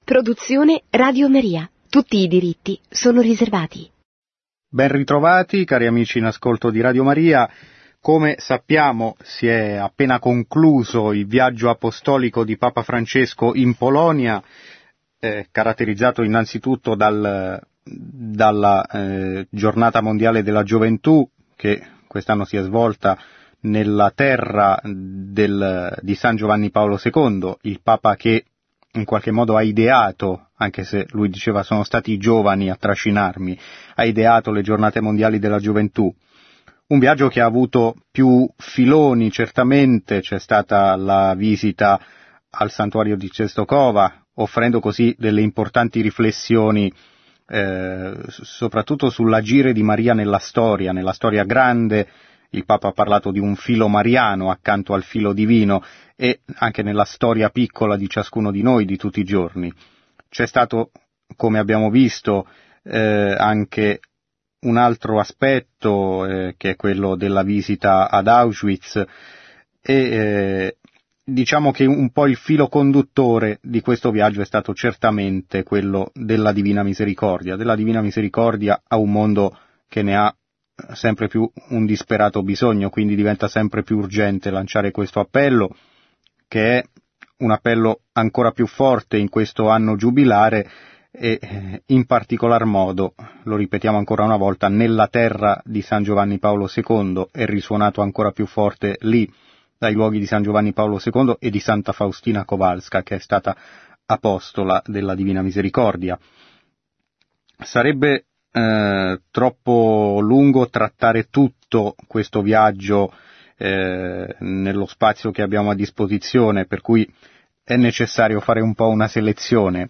Produzione Radio Maria. Tutti i diritti sono riservati. Ben ritrovati, cari amici in ascolto di Radio Maria. Come sappiamo, si è appena concluso il viaggio apostolico di Papa Francesco in Polonia, caratterizzato innanzitutto dalla Giornata Mondiale della Gioventù, che quest'anno si è svolta nella terra di San Giovanni Paolo II, il Papa che in qualche modo ha ideato, anche se lui diceva sono stati i giovani a trascinarmi, ha ideato le giornate mondiali della gioventù. Un viaggio che ha avuto più filoni, certamente. C'è stata la visita al santuario di Częstochowa, offrendo così delle importanti riflessioni soprattutto sull'agire di Maria nella storia grande. Il Papa ha parlato di un filo mariano accanto al filo divino e anche nella storia piccola di ciascuno di noi di tutti i giorni. C'è stato, come abbiamo visto, anche un altro aspetto che è quello della visita ad Auschwitz e diciamo che un po' il filo conduttore di questo viaggio è stato certamente quello della Divina Misericordia a un mondo che ne ha sempre più un disperato bisogno, quindi diventa sempre più urgente lanciare questo appello, che è un appello ancora più forte in questo anno giubilare e in particolar modo, lo ripetiamo ancora una volta, nella terra di San Giovanni Paolo II, è risuonato ancora più forte lì, dai luoghi di San Giovanni Paolo II e di Santa Faustina Kowalska, che è stata apostola della Divina Misericordia. Sarebbe troppo lungo trattare tutto questo viaggio nello spazio che abbiamo a disposizione, per cui è necessario fare un po' una selezione.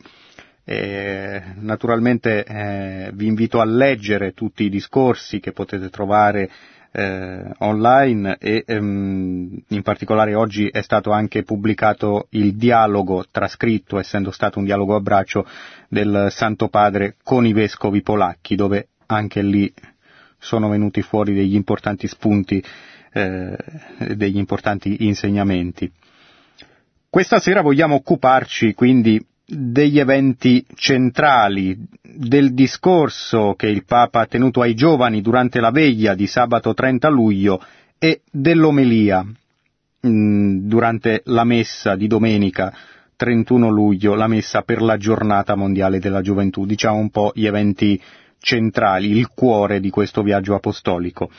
Naturalmente vi invito a leggere tutti i discorsi che potete trovare online e in particolare oggi è stato anche pubblicato il dialogo trascritto, essendo stato un dialogo a braccio del Santo Padre con i vescovi polacchi, dove anche lì sono venuti fuori degli importanti spunti, degli importanti insegnamenti. Questa sera vogliamo occuparci quindi degli eventi centrali, del discorso che il Papa ha tenuto ai giovani durante la veglia di sabato 30 luglio e dell'omelia durante la messa di domenica 31 luglio, la messa per la giornata mondiale della gioventù, diciamo un po' gli eventi centrali, il cuore di questo viaggio apostolico.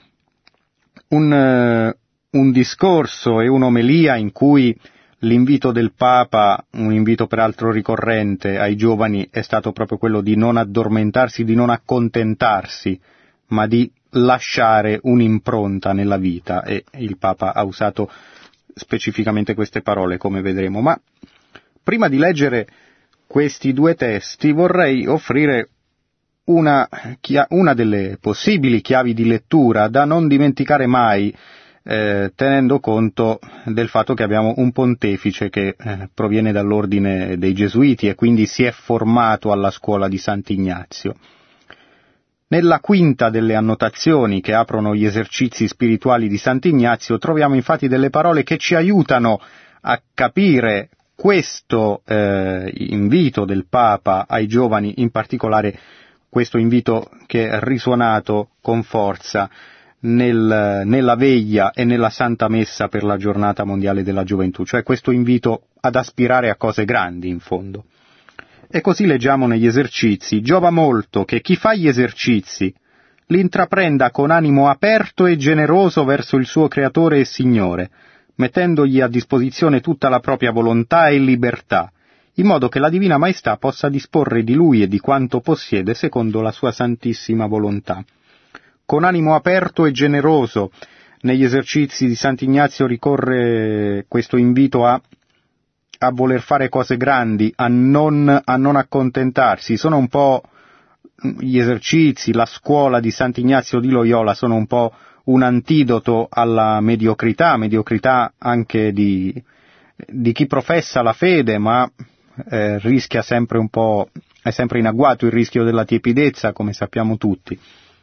Un discorso e un'omelia in cui l'invito del Papa, un invito peraltro ricorrente ai giovani, è stato proprio quello di non addormentarsi, di non accontentarsi, ma di lasciare un'impronta nella vita, e il Papa ha usato specificamente queste parole, come vedremo. Ma prima di leggere questi due testi vorrei offrire una delle possibili chiavi di lettura da non dimenticare mai, tenendo conto del fatto che abbiamo un pontefice che proviene dall'ordine dei Gesuiti e quindi si è formato alla scuola di Sant'Ignazio. Nella quinta delle annotazioni che aprono gli esercizi spirituali di Sant'Ignazio troviamo infatti delle parole che ci aiutano a capire questo invito del Papa ai giovani, in particolare questo invito che è risuonato con forza nella veglia e nella Santa Messa per la giornata mondiale della gioventù, cioè questo invito ad aspirare a cose grandi in fondo. E così leggiamo negli esercizi: giova molto che chi fa gli esercizi li intraprenda con animo aperto e generoso verso il suo Creatore e Signore, mettendogli a disposizione tutta la propria volontà e libertà, in modo che la Divina Maestà possa disporre di lui e di quanto possiede secondo la sua santissima volontà. Con animo aperto e generoso, negli esercizi di Sant'Ignazio ricorre questo invito a voler fare cose grandi, a non accontentarsi. Sono un po' gli esercizi, la scuola di Sant'Ignazio di Loyola sono un po' un antidoto alla mediocrità anche di chi professa la fede, ma rischia sempre un po', è sempre in agguato il rischio della tiepidezza, come sappiamo tutti.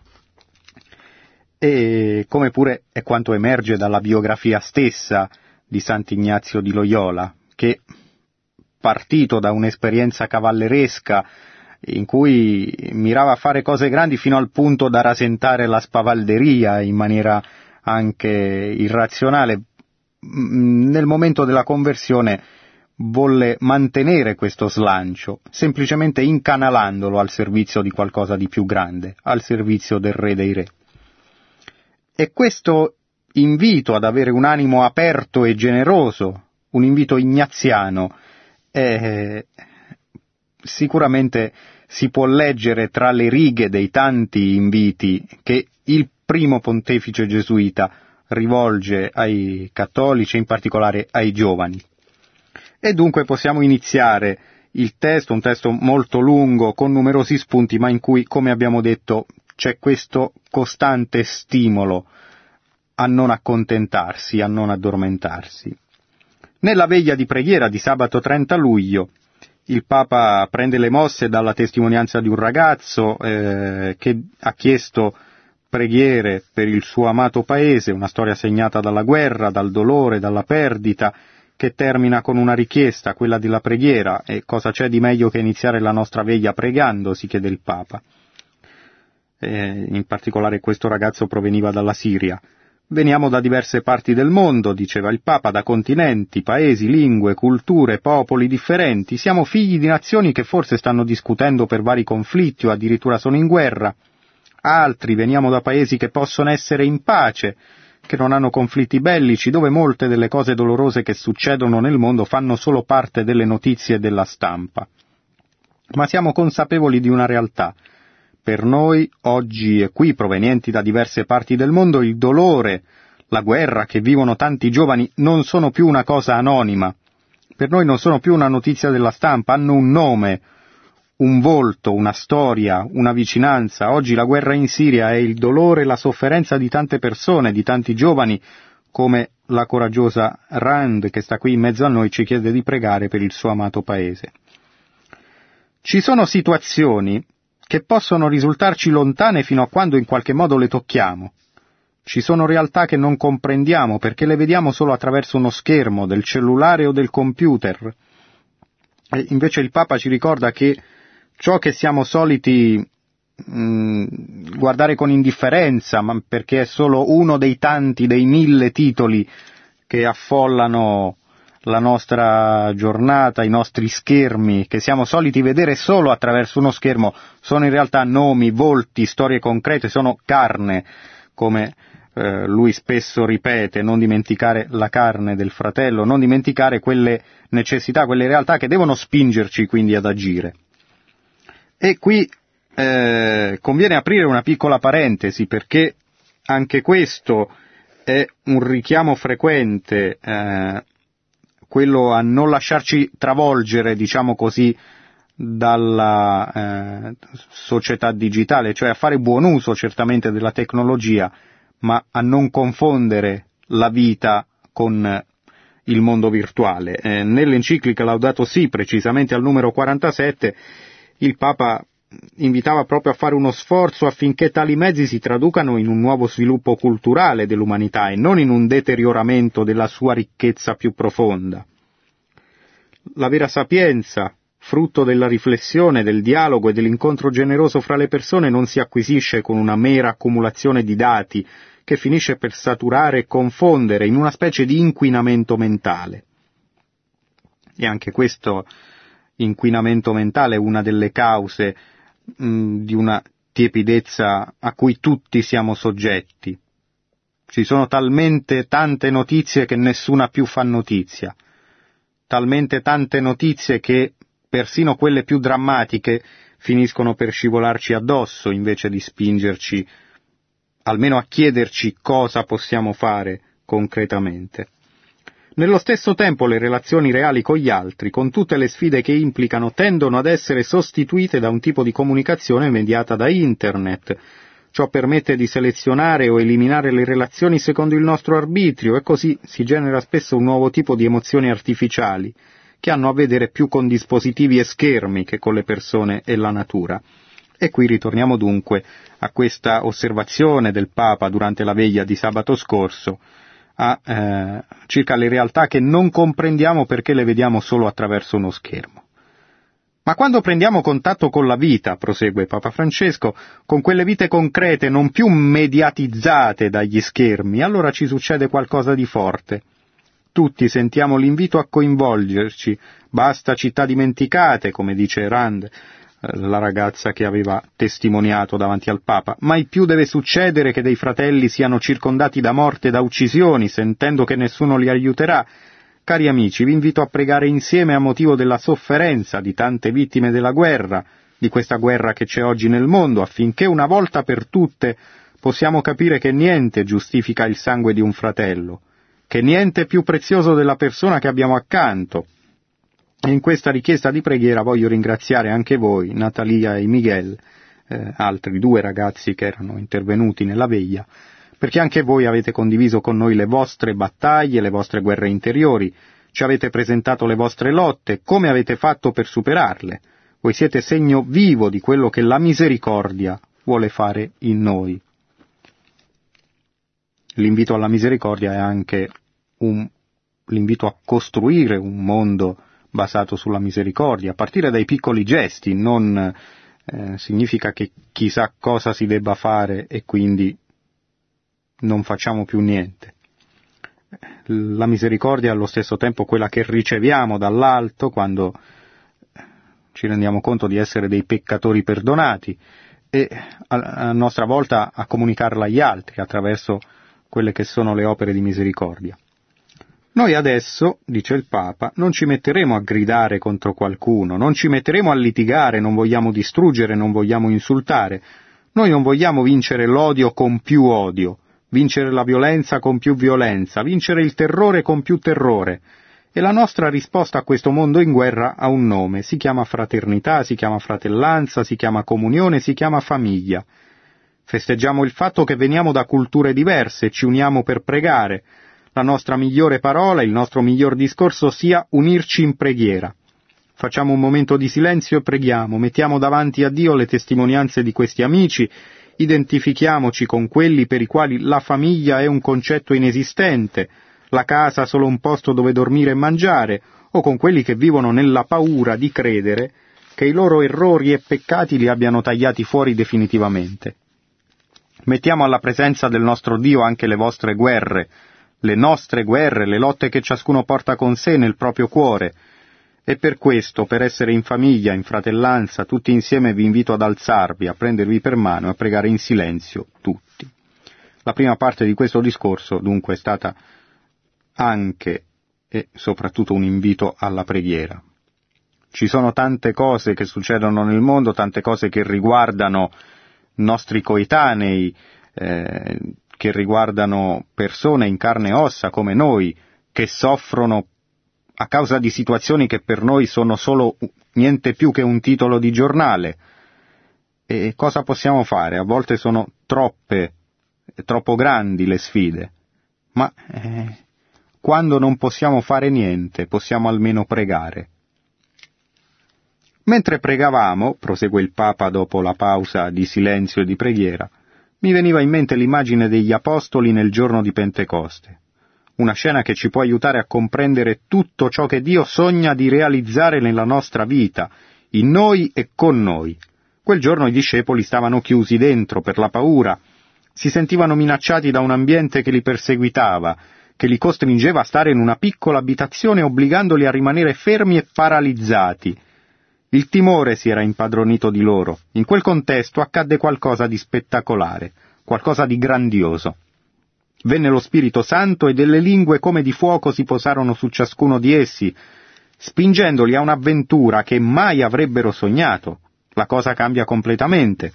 E come pure è quanto emerge dalla biografia stessa di Sant'Ignazio di Loyola, che partito da un'esperienza cavalleresca in cui mirava a fare cose grandi fino al punto da rasentare la spavalderia in maniera anche irrazionale. Nel momento della conversione volle mantenere questo slancio, semplicemente incanalandolo al servizio di qualcosa di più grande, al servizio del Re dei Re. E questo invito ad avere un animo aperto e generoso, un invito ignaziano, sicuramente si può leggere tra le righe dei tanti inviti che il primo pontefice gesuita rivolge ai cattolici, in particolare ai giovani. E dunque possiamo iniziare il testo, un testo molto lungo, con numerosi spunti, ma in cui, come abbiamo detto, c'è questo costante stimolo a non accontentarsi, a non addormentarsi. Nella veglia di preghiera di sabato 30 luglio, il Papa prende le mosse dalla testimonianza di un ragazzo che ha chiesto preghiere per il suo amato paese, una storia segnata dalla guerra, dal dolore, dalla perdita, che termina con una richiesta, quella della preghiera. E cosa c'è di meglio che iniziare la nostra veglia pregando, si chiede il Papa. In particolare questo ragazzo proveniva dalla Siria. Veniamo da diverse parti del mondo, diceva il Papa, da continenti, paesi, lingue, culture, popoli differenti. Siamo figli di nazioni che forse stanno discutendo per vari conflitti o addirittura sono in guerra. Altri veniamo da paesi che possono essere in pace, che non hanno conflitti bellici, dove molte delle cose dolorose che succedono nel mondo fanno solo parte delle notizie della stampa. Ma siamo consapevoli di una realtà. Per noi, oggi e qui, provenienti da diverse parti del mondo, il dolore, la guerra che vivono tanti giovani non sono più una cosa anonima. Per noi non sono più una notizia della stampa, hanno un nome, un volto, una storia, una vicinanza. Oggi la guerra in Siria è il dolore e la sofferenza di tante persone, di tanti giovani, come la coraggiosa Rand, che sta qui in mezzo a noi, ci chiede di pregare per il suo amato paese. Ci sono situazioni che possono risultarci lontane fino a quando in qualche modo le tocchiamo. Ci sono realtà che non comprendiamo perché le vediamo solo attraverso uno schermo, del cellulare o del computer. E invece il Papa ci ricorda che ciò che siamo soliti guardare con indifferenza, ma perché è solo uno dei tanti, dei 1000 titoli che affollano la nostra giornata, i nostri schermi, che siamo soliti vedere solo attraverso uno schermo, sono in realtà nomi, volti, storie concrete, sono carne, come lui spesso ripete, non dimenticare la carne del fratello, non dimenticare quelle necessità, quelle realtà che devono spingerci quindi ad agire. E qui conviene aprire una piccola parentesi, perché anche questo è un richiamo frequente, quello a non lasciarci travolgere, diciamo così, dalla società digitale, cioè a fare buon uso certamente della tecnologia, ma a non confondere la vita con il mondo virtuale. Nell'enciclica Laudato Si, precisamente al numero 47, il Papa invitava proprio a fare uno sforzo affinché tali mezzi si traducano in un nuovo sviluppo culturale dell'umanità e non in un deterioramento della sua ricchezza più profonda. La vera sapienza, frutto della riflessione, del dialogo e dell'incontro generoso fra le persone, non si acquisisce con una mera accumulazione di dati che finisce per saturare e confondere in una specie di inquinamento mentale. E anche questo inquinamento mentale è una delle cause di una tiepidezza a cui tutti siamo soggetti. Ci sono talmente tante notizie che nessuna più fa notizia, talmente tante notizie che persino quelle più drammatiche finiscono per scivolarci addosso invece di spingerci almeno a chiederci cosa possiamo fare concretamente. Nello stesso tempo le relazioni reali con gli altri, con tutte le sfide che implicano, tendono ad essere sostituite da un tipo di comunicazione mediata da Internet. Ciò permette di selezionare o eliminare le relazioni secondo il nostro arbitrio e così si genera spesso un nuovo tipo di emozioni artificiali che hanno a vedere più con dispositivi e schermi che con le persone e la natura. E qui ritorniamo dunque a questa osservazione del Papa durante la veglia di sabato scorso, circa le realtà che non comprendiamo perché le vediamo solo attraverso uno schermo. Ma quando prendiamo contatto con la vita, prosegue Papa Francesco, con quelle vite concrete non più mediatizzate dagli schermi, allora ci succede qualcosa di forte. Tutti sentiamo l'invito a coinvolgerci, basta città dimenticate, come dice Rand, la ragazza che aveva testimoniato davanti al Papa. Mai più deve succedere che dei fratelli siano circondati da morte e da uccisioni, sentendo che nessuno li aiuterà. Cari amici, vi invito a pregare insieme a motivo della sofferenza di tante vittime della guerra, di questa guerra che c'è oggi nel mondo, affinché una volta per tutte possiamo capire che niente giustifica il sangue di un fratello, che niente è più prezioso della persona che abbiamo accanto. E in questa richiesta di preghiera voglio ringraziare anche voi, Natalia e Miguel, altri 2 ragazzi che erano intervenuti nella veglia, perché anche voi avete condiviso con noi le vostre battaglie, le vostre guerre interiori, ci avete presentato le vostre lotte, come avete fatto per superarle. Voi siete segno vivo di quello che la misericordia vuole fare in noi. L'invito alla misericordia è anche l'invito a costruire un mondo basato sulla misericordia, a partire dai piccoli gesti, non significa che chissà cosa si debba fare e quindi non facciamo più niente. La misericordia è allo stesso tempo quella che riceviamo dall'alto quando ci rendiamo conto di essere dei peccatori perdonati e a nostra volta a comunicarla agli altri attraverso quelle che sono le opere di misericordia. Noi adesso, dice il Papa, non ci metteremo a gridare contro qualcuno, non ci metteremo a litigare, non vogliamo distruggere, non vogliamo insultare. Noi non vogliamo vincere l'odio con più odio, vincere la violenza con più violenza, vincere il terrore con più terrore. E la nostra risposta a questo mondo in guerra ha un nome, si chiama fraternità, si chiama fratellanza, si chiama comunione, si chiama famiglia. Festeggiamo il fatto che veniamo da culture diverse e ci uniamo per pregare. La nostra migliore parola, il nostro miglior discorso sia unirci in preghiera. Facciamo un momento di silenzio e preghiamo, mettiamo davanti a Dio le testimonianze di questi amici, identifichiamoci con quelli per i quali la famiglia è un concetto inesistente, la casa solo un posto dove dormire e mangiare, o con quelli che vivono nella paura di credere che i loro errori e peccati li abbiano tagliati fuori definitivamente. Mettiamo alla presenza del nostro Dio anche le vostre guerre, le nostre guerre, le lotte che ciascuno porta con sé nel proprio cuore. E per questo, per essere in famiglia, in fratellanza, tutti insieme vi invito ad alzarvi, a prendervi per mano e a pregare in silenzio tutti. La prima parte di questo discorso, dunque, è stata anche e soprattutto un invito alla preghiera. Ci sono tante cose che succedono nel mondo, tante cose che riguardano nostri coetanei, che riguardano persone in carne e ossa come noi, che soffrono a causa di situazioni che per noi sono solo niente più che un titolo di giornale. E cosa possiamo fare? A volte sono troppo grandi le sfide, ma quando non possiamo fare niente, possiamo almeno pregare. Mentre pregavamo, prosegue il Papa dopo la pausa di silenzio e di preghiera, mi veniva in mente l'immagine degli Apostoli nel giorno di Pentecoste. Una scena che ci può aiutare a comprendere tutto ciò che Dio sogna di realizzare nella nostra vita, in noi e con noi. Quel giorno i discepoli stavano chiusi dentro per la paura, si sentivano minacciati da un ambiente che li perseguitava, che li costringeva a stare in una piccola abitazione obbligandoli a rimanere fermi e paralizzati. Il timore si era impadronito di loro. In quel contesto accadde qualcosa di spettacolare, qualcosa di grandioso. Venne lo Spirito Santo e delle lingue come di fuoco si posarono su ciascuno di essi, spingendoli a un'avventura che mai avrebbero sognato. La cosa cambia completamente.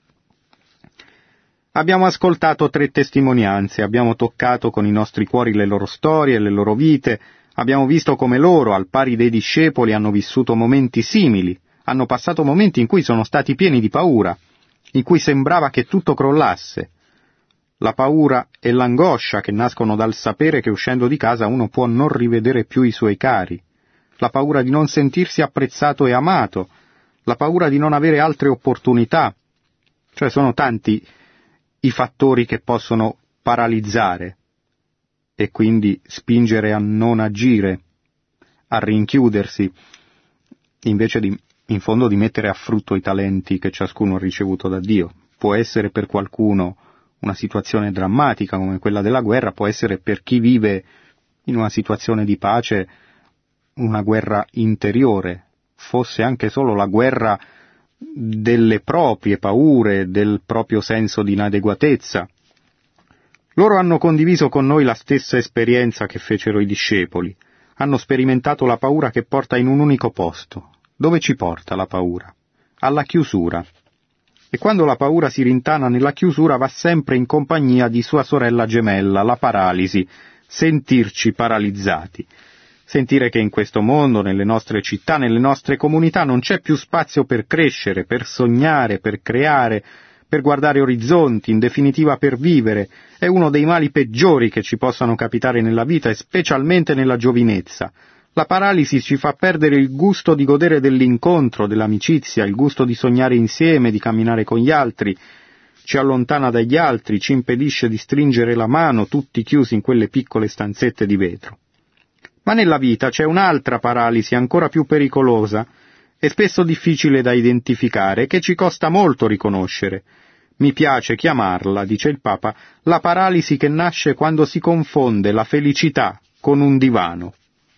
Abbiamo ascoltato 3 testimonianze, abbiamo toccato con i nostri cuori le loro storie, le loro vite, abbiamo visto come loro, al pari dei discepoli, hanno vissuto momenti simili, hanno passato momenti in cui sono stati pieni di paura, in cui sembrava che tutto crollasse. La paura e l'angoscia che nascono dal sapere che uscendo di casa uno può non rivedere più i suoi cari, la paura di non sentirsi apprezzato e amato, la paura di non avere altre opportunità. Cioè sono tanti i fattori che possono paralizzare. e quindi spingere a non agire, a rinchiudersi, invece in fondo di mettere a frutto i talenti che ciascuno ha ricevuto da Dio. Può essere per qualcuno una situazione drammatica come quella della guerra, può essere per chi vive in una situazione di pace una guerra interiore, fosse anche solo la guerra delle proprie paure, del proprio senso di inadeguatezza. Loro hanno condiviso con noi la stessa esperienza che fecero i discepoli, hanno sperimentato la paura che porta in un unico posto. Dove ci porta la paura? Alla chiusura. E quando la paura si rintana nella chiusura va sempre in compagnia di sua sorella gemella, la paralisi, sentirci paralizzati. Sentire che in questo mondo, nelle nostre città, nelle nostre comunità non c'è più spazio per crescere, per sognare, per creare, per guardare orizzonti, in definitiva per vivere, è uno dei mali peggiori che ci possano capitare nella vita e specialmente nella giovinezza. La paralisi ci fa perdere il gusto di godere dell'incontro, dell'amicizia, il gusto di sognare insieme, di camminare con gli altri, ci allontana dagli altri, ci impedisce di stringere la mano tutti chiusi in quelle piccole stanzette di vetro. Ma nella vita c'è un'altra paralisi ancora più pericolosa e spesso difficile da identificare, che ci costa molto riconoscere. Mi piace chiamarla, dice il Papa, la paralisi che nasce quando si confonde la felicità con un divano.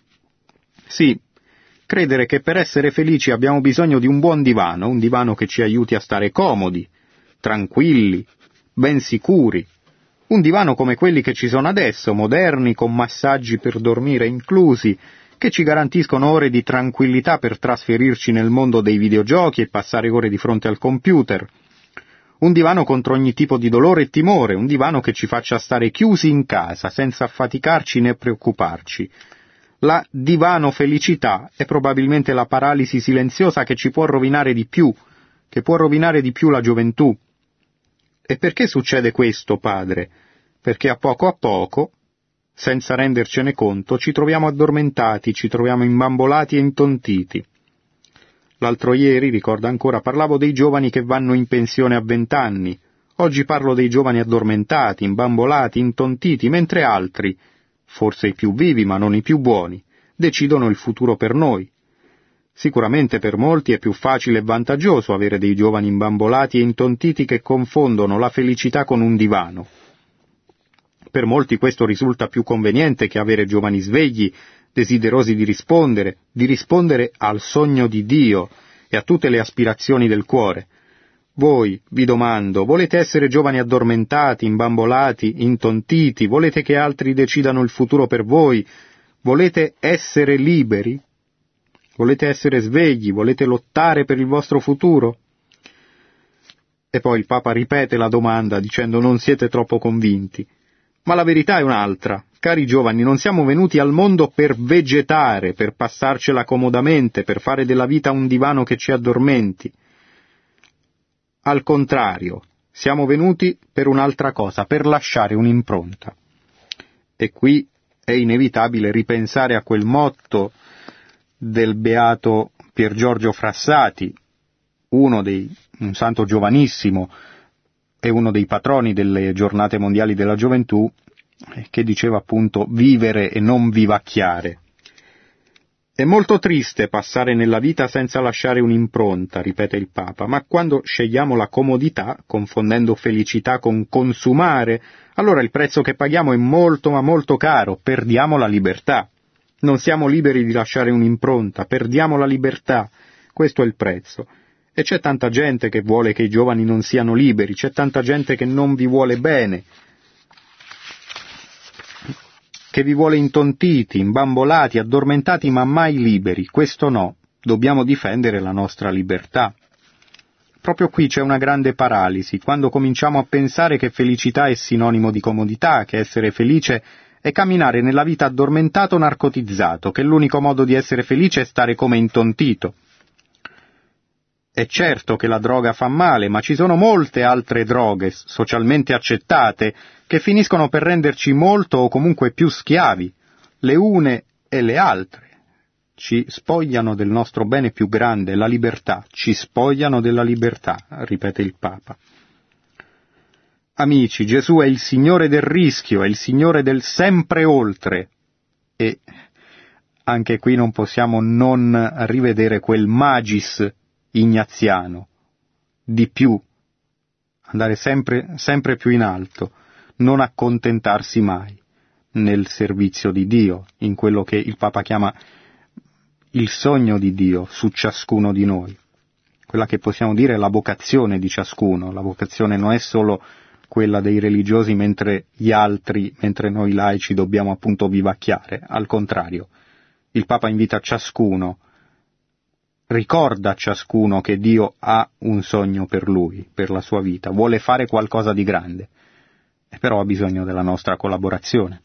Sì, credere che per essere felici abbiamo bisogno di un buon divano, un divano che ci aiuti a stare comodi, tranquilli, ben sicuri. Un divano come quelli che ci sono adesso, moderni, con massaggi per dormire inclusi, che ci garantiscono ore di tranquillità per trasferirci nel mondo dei videogiochi e passare ore di fronte al computer. Un divano contro ogni tipo di dolore e timore, un divano che ci faccia stare chiusi in casa, senza affaticarci né preoccuparci. La divano felicità è probabilmente la paralisi silenziosa che ci può rovinare di più, che può rovinare di più la gioventù. E perché succede questo, padre? Perché a poco, senza rendercene conto, ci troviamo addormentati, ci troviamo imbambolati e intontiti. L'altro ieri, ricorda ancora, parlavo dei giovani che vanno in pensione a 20 anni. Oggi parlo dei giovani addormentati, imbambolati, intontiti, mentre altri, forse i più vivi ma non i più buoni, decidono il futuro per noi. Sicuramente per molti è più facile e vantaggioso avere dei giovani imbambolati e intontiti che confondono la felicità con un divano. Per molti questo risulta più conveniente che avere giovani svegli, desiderosi di rispondere al sogno di Dio e a tutte le aspirazioni del cuore. Voi, vi domando, volete essere giovani addormentati, imbambolati, intontiti? Volete che altri decidano il futuro per voi? Volete essere liberi? Volete essere svegli? Volete lottare per il vostro futuro? E poi il Papa ripete la domanda dicendo non siete troppo convinti. Ma la verità è un'altra. Cari giovani, non siamo venuti al mondo per vegetare, per passarcela comodamente, per fare della vita un divano che ci addormenti. Al contrario, siamo venuti per un'altra cosa, per lasciare un'impronta. E qui è inevitabile ripensare a quel motto del beato Pier Giorgio Frassati, un santo giovanissimo e uno dei patroni delle giornate mondiali della gioventù, che diceva appunto vivere e non vivacchiare. È molto triste passare nella vita senza lasciare un'impronta, ripete il Papa, ma quando scegliamo la comodità, confondendo felicità con consumare, allora il prezzo che paghiamo è molto ma molto caro, perdiamo la libertà. Non siamo liberi di lasciare un'impronta, perdiamo la libertà, questo è il prezzo. E c'è tanta gente che vuole che i giovani non siano liberi, c'è tanta gente che non vi vuole bene, che vi vuole intontiti, imbambolati, addormentati, ma mai liberi. Questo no, dobbiamo difendere la nostra libertà. Proprio qui c'è una grande paralisi, quando cominciamo a pensare che felicità è sinonimo di comodità, che essere felice è camminare nella vita addormentato narcotizzato, che l'unico modo di essere felice è stare come intontito. È certo che la droga fa male, ma ci sono molte altre droghe socialmente accettate che finiscono per renderci molto o comunque più schiavi. Le une e le altre ci spogliano del nostro bene più grande, la libertà, ci spogliano della libertà, ripete il Papa. amici, Gesù è il Signore del rischio, è il Signore del sempre oltre. E anche qui non possiamo non rivedere quel magis ignaziano, di più, andare sempre più in alto, non accontentarsi mai nel servizio di Dio, in quello che il Papa chiama il sogno di Dio su ciascuno di noi, quella che possiamo dire la vocazione di ciascuno. La vocazione non è solo quella dei religiosi mentre noi laici dobbiamo appunto vivacchiare, al contrario, il Papa invita ciascuno, ricorda a ciascuno che Dio ha un sogno per lui, per la sua vita, vuole fare qualcosa di grande, e però ha bisogno della nostra collaborazione.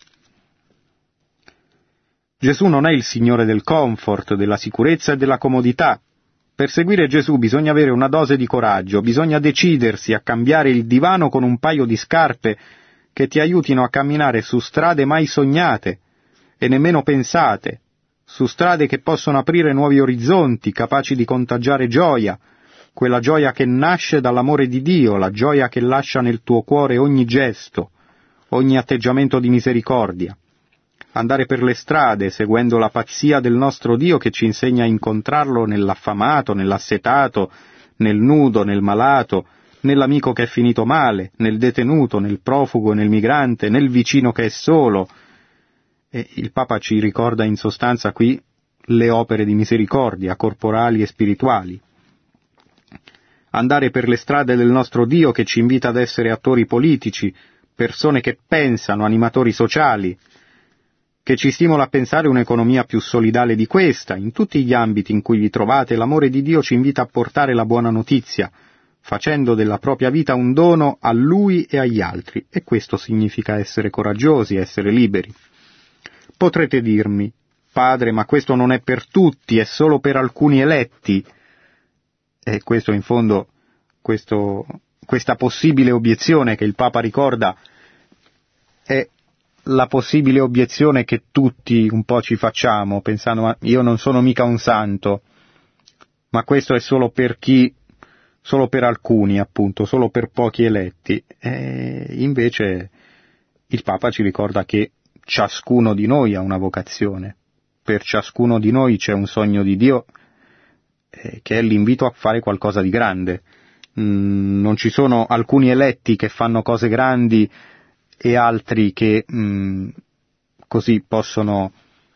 Gesù non è il Signore del comfort, della sicurezza e della comodità. Per seguire Gesù bisogna avere una dose di coraggio, bisogna decidersi a cambiare il divano con un paio di scarpe che ti aiutino a camminare su strade mai sognate e nemmeno pensate, su strade che possono aprire nuovi orizzonti, capaci di contagiare gioia, quella gioia che nasce dall'amore di Dio, la gioia che lascia nel tuo cuore ogni gesto, ogni atteggiamento di misericordia. Andare per le strade seguendo la pazzia del nostro Dio che ci insegna a incontrarlo nell'affamato, nell'assetato, nel nudo, nel malato, nell'amico che è finito male, nel detenuto, nel profugo, nel migrante, nel vicino che è solo. E il Papa ci ricorda in sostanza qui le opere di misericordia, corporali e spirituali. Andare per le strade del nostro Dio che ci invita ad essere attori politici, persone che pensano, animatori sociali, che ci stimola a pensare un'economia più solidale di questa. In tutti gli ambiti in cui vi trovate, l'amore di Dio ci invita a portare la buona notizia, facendo della propria vita un dono a Lui e agli altri, e questo significa essere coraggiosi, essere liberi. Potrete dirmi, Padre, ma questo non è per tutti, è solo per alcuni eletti. E questo in fondo, questa possibile obiezione che il Papa ricorda è la possibile obiezione che tutti un po' ci facciamo, pensando, ma io non sono mica un santo, ma questo è solo per alcuni, appunto, solo per pochi eletti. E invece il Papa ci ricorda che ciascuno di noi ha una vocazione, per ciascuno di noi c'è un sogno di Dio, che è l'invito a fare qualcosa di grande. Non ci sono alcuni eletti che fanno cose grandi e altri che così possono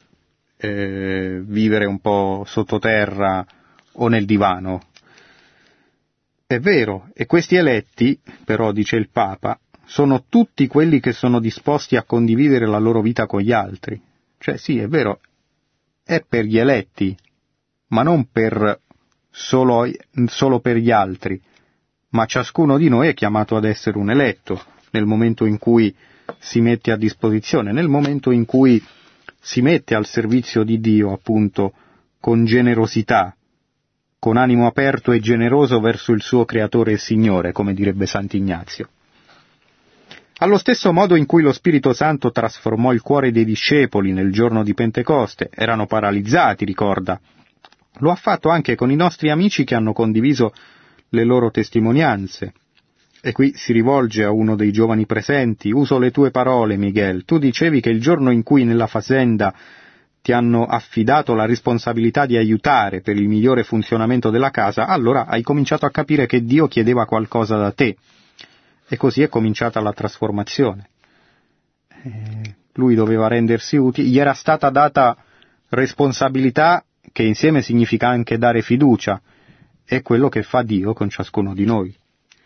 vivere un po' sottoterra o nel divano. È vero, e questi eletti, però, dice il Papa, sono tutti quelli che sono disposti a condividere la loro vita con gli altri. Cioè sì, è vero, è per gli eletti, ma non solo per gli altri, ma ciascuno di noi è chiamato ad essere un eletto, nel momento in cui si mette a disposizione, nel momento in cui si mette al servizio di Dio, appunto, con generosità, con animo aperto e generoso verso il suo Creatore e Signore, come direbbe Sant'Ignazio. Allo stesso modo in cui lo Spirito Santo trasformò il cuore dei discepoli nel giorno di Pentecoste, erano paralizzati, ricorda, lo ha fatto anche con i nostri amici che hanno condiviso le loro testimonianze. E qui si rivolge a uno dei giovani presenti: uso le tue parole, Miguel, tu dicevi che il giorno in cui nella fazenda ti hanno affidato la responsabilità di aiutare per il migliore funzionamento della casa, allora hai cominciato a capire che Dio chiedeva qualcosa da te, e così è cominciata la trasformazione. Lui doveva rendersi utile, gli era stata data responsabilità, che insieme significa anche dare fiducia, è quello che fa Dio con ciascuno di noi.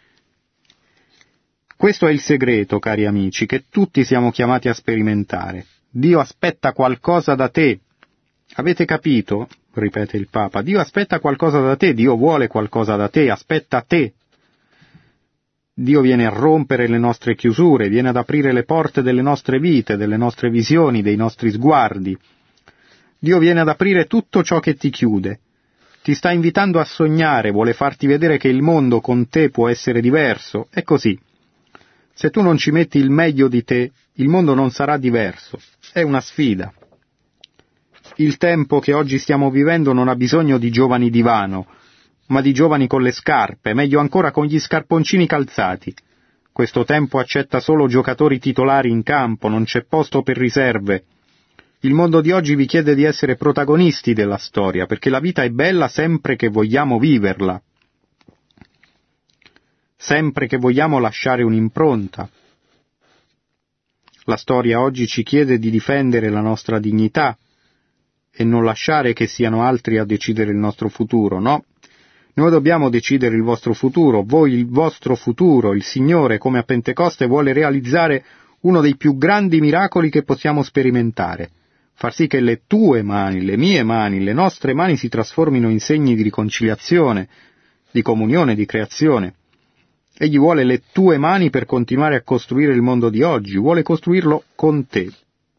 Questo è il segreto, cari amici, che tutti siamo chiamati a sperimentare. Dio aspetta qualcosa da te. Avete capito? Ripete il Papa. Dio aspetta qualcosa da te, Dio vuole qualcosa da te, aspetta te. Dio viene a rompere le nostre chiusure, viene ad aprire le porte delle nostre vite, delle nostre visioni, dei nostri sguardi. Dio viene ad aprire tutto ciò che ti chiude. Ti sta invitando a sognare, vuole farti vedere che il mondo con te può essere diverso. È così. Se tu non ci metti il meglio di te, il mondo non sarà diverso. È una sfida. Il tempo che oggi stiamo vivendo non ha bisogno di giovani divano, ma di giovani con le scarpe, meglio ancora con gli scarponcini calzati. Questo tempo accetta solo giocatori titolari in campo, non c'è posto per riserve. Il mondo di oggi vi chiede di essere protagonisti della storia, perché la vita è bella sempre che vogliamo viverla, sempre che vogliamo lasciare un'impronta. La storia oggi ci chiede di difendere la nostra dignità e non lasciare che siano altri a decidere il nostro futuro, no? Noi dobbiamo decidere il vostro futuro, voi il vostro futuro. Il Signore, come a Pentecoste, vuole realizzare uno dei più grandi miracoli che possiamo sperimentare, far sì che le tue mani, le mie mani, le nostre mani si trasformino in segni di riconciliazione, di comunione, di creazione. Egli vuole le tue mani per continuare a costruire il mondo di oggi, vuole costruirlo con te.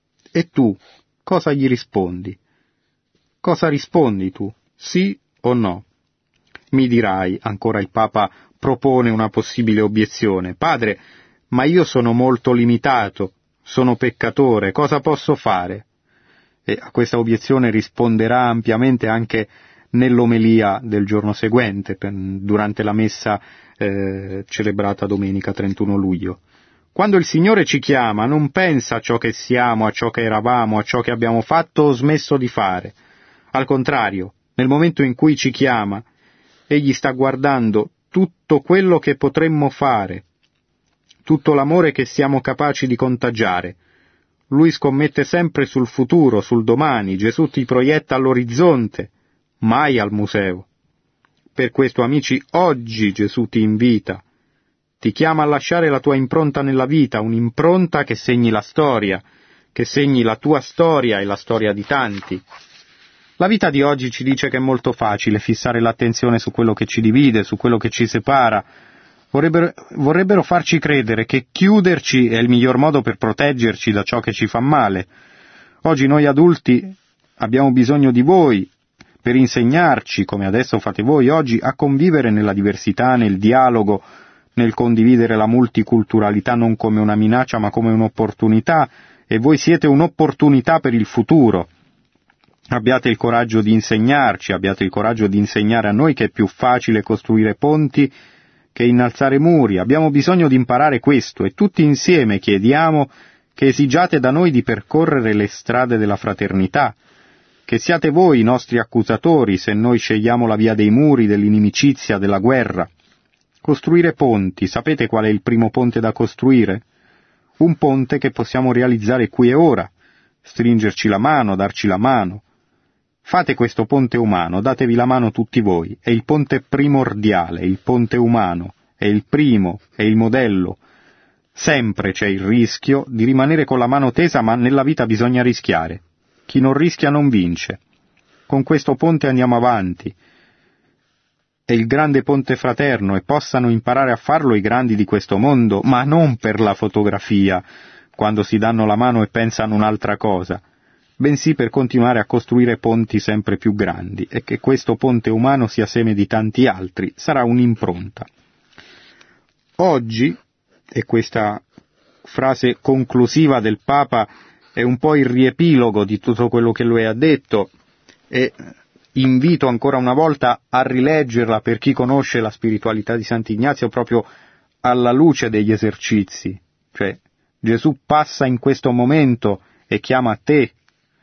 E tu, cosa gli rispondi? Cosa rispondi tu? Sì o no? Mi dirai, ancora il Papa propone una possibile obiezione: Padre, ma io sono molto limitato, sono peccatore, cosa posso fare? E a questa obiezione risponderà ampiamente anche nell'omelia del giorno seguente, durante la messa celebrata domenica 31 luglio. Quando il Signore ci chiama, non pensa a ciò che siamo, a ciò che eravamo, a ciò che abbiamo fatto o smesso di fare. Al contrario, nel momento in cui ci chiama, Egli sta guardando tutto quello che potremmo fare, tutto l'amore che siamo capaci di contagiare. Lui scommette sempre sul futuro, sul domani. Gesù ti proietta all'orizzonte, mai al museo. Per questo, amici, oggi Gesù ti invita, ti chiama a lasciare la tua impronta nella vita, un'impronta che segni la storia, che segni la tua storia e la storia di tanti. La vita di oggi ci dice che è molto facile fissare l'attenzione su quello che ci divide, su quello che ci separa. Vorrebbero farci credere che chiuderci è il miglior modo per proteggerci da ciò che ci fa male. Oggi noi adulti abbiamo bisogno di voi per insegnarci, come adesso fate voi oggi, a convivere nella diversità, nel dialogo, nel condividere la multiculturalità non come una minaccia ma come un'opportunità, e voi siete un'opportunità per il futuro. Abbiate il coraggio di insegnarci, abbiate il coraggio di insegnare a noi che è più facile costruire ponti che innalzare muri. Abbiamo bisogno di imparare questo e tutti insieme chiediamo che esigiate da noi di percorrere le strade della fraternità, che siate voi i nostri accusatori se noi scegliamo la via dei muri, dell'inimicizia, della guerra. Costruire ponti, sapete qual è il primo ponte da costruire? Un ponte che possiamo realizzare qui e ora, stringerci la mano, darci la mano. Fate questo ponte umano, datevi la mano tutti voi, è il ponte primordiale, il ponte umano, è il primo, è il modello. Sempre c'è il rischio di rimanere con la mano tesa, ma nella vita bisogna rischiare. Chi non rischia non vince. Con questo ponte andiamo avanti. È il grande ponte fraterno e possano imparare a farlo i grandi di questo mondo, ma non per la fotografia, quando si danno la mano e pensano un'altra cosa, bensì per continuare a costruire ponti sempre più grandi, e che questo ponte umano sia seme di tanti altri, sarà un'impronta. Oggi, e questa frase conclusiva del Papa è un po' il riepilogo di tutto quello che lui ha detto, e invito ancora una volta a rileggerla per chi conosce la spiritualità di Sant'Ignazio proprio alla luce degli esercizi. Cioè, Gesù passa in questo momento e chiama te.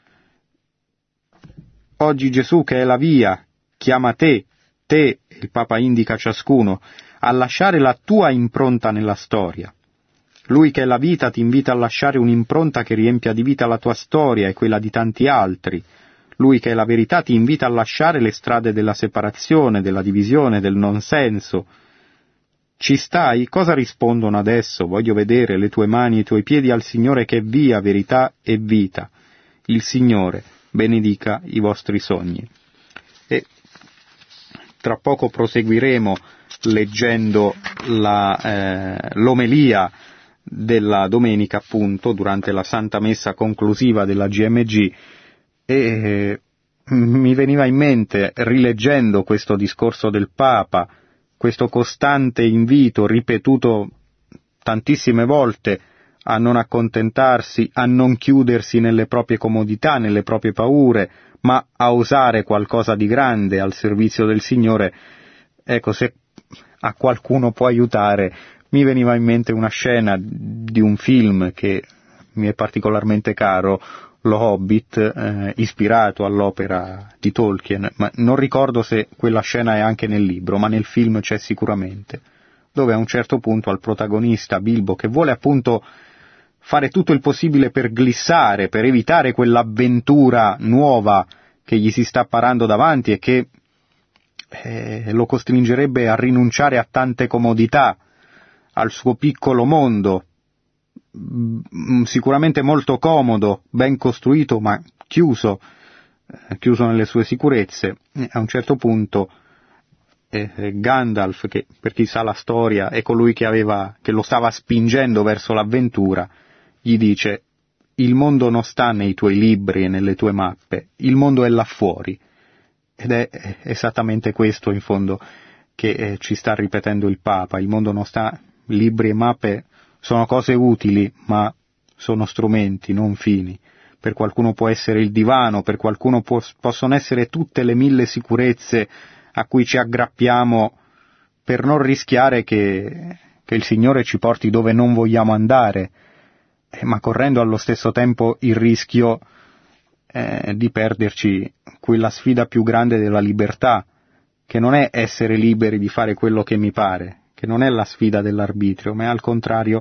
Oggi Gesù, che è la via, chiama te, il Papa indica a ciascuno, a lasciare la tua impronta nella storia. Lui, che è la vita, ti invita a lasciare un'impronta che riempia di vita la tua storia e quella di tanti altri. Lui, che è la verità, ti invita a lasciare le strade della separazione, della divisione, del non senso. Ci stai? Cosa rispondono adesso? Voglio vedere le tue mani e i tuoi piedi al Signore, che è via, verità e vita. Il Signore benedica i vostri sogni. E tra poco proseguiremo leggendo l'omelia della domenica, appunto, durante la Santa Messa conclusiva della GMG, e mi veniva in mente, rileggendo questo discorso del Papa, questo costante invito ripetuto tantissime volte a non accontentarsi, a non chiudersi nelle proprie comodità, nelle proprie paure, ma a osare qualcosa di grande al servizio del Signore. Ecco, se a qualcuno può aiutare mi veniva in mente una scena di un film che mi è particolarmente caro, Lo Hobbit, ispirato all'opera di Tolkien, ma non ricordo se quella scena è anche nel libro, ma nel film c'è sicuramente, dove a un certo punto al protagonista Bilbo, che vuole appunto fare tutto il possibile per glissare, per evitare quell'avventura nuova che gli si sta parando davanti e che lo costringerebbe a rinunciare a tante comodità, al suo piccolo mondo, sicuramente molto comodo, ben costruito, ma chiuso nelle sue sicurezze. A un certo punto Gandalf, che per chi sa la storia è colui che lo stava spingendo verso l'avventura, gli dice: il mondo non sta nei tuoi libri e nelle tue mappe, il mondo è là fuori. Ed è esattamente questo in fondo che ci sta ripetendo il Papa: il mondo non sta, libri e mappe sono cose utili, ma sono strumenti, non fini. Per qualcuno può essere il divano, per qualcuno possono essere tutte le 1000 sicurezze a cui ci aggrappiamo per non rischiare che il Signore ci porti dove non vogliamo andare, ma correndo allo stesso tempo il rischio di perderci quella sfida più grande della libertà, che non è essere liberi di fare quello che mi pare, che non è la sfida dell'arbitrio, ma è al contrario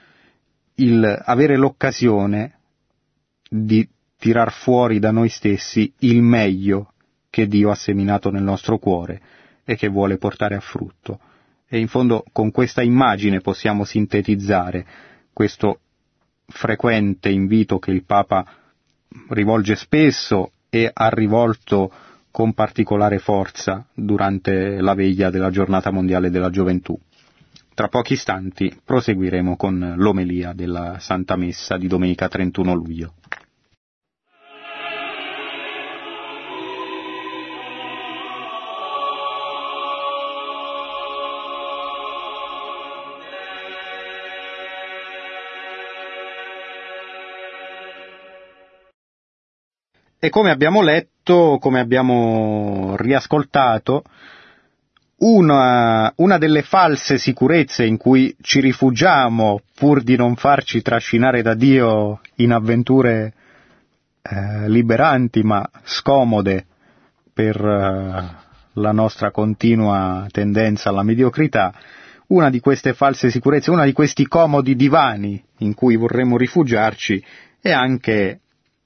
il avere l'occasione di tirar fuori da noi stessi il meglio che Dio ha seminato nel nostro cuore e che vuole portare a frutto. E in fondo con questa immagine possiamo sintetizzare questo frequente invito che il Papa rivolge spesso e ha rivolto con particolare forza durante la veglia della Giornata Mondiale della Gioventù. Tra pochi istanti proseguiremo con l'omelia della Santa Messa di domenica 31 luglio. E come abbiamo letto, come abbiamo riascoltato, una delle false sicurezze in cui ci rifugiamo pur di non farci trascinare da Dio in avventure liberanti ma scomode per la nostra continua tendenza alla mediocrità, una di queste false sicurezze, una di questi comodi divani in cui vorremmo rifugiarci è anche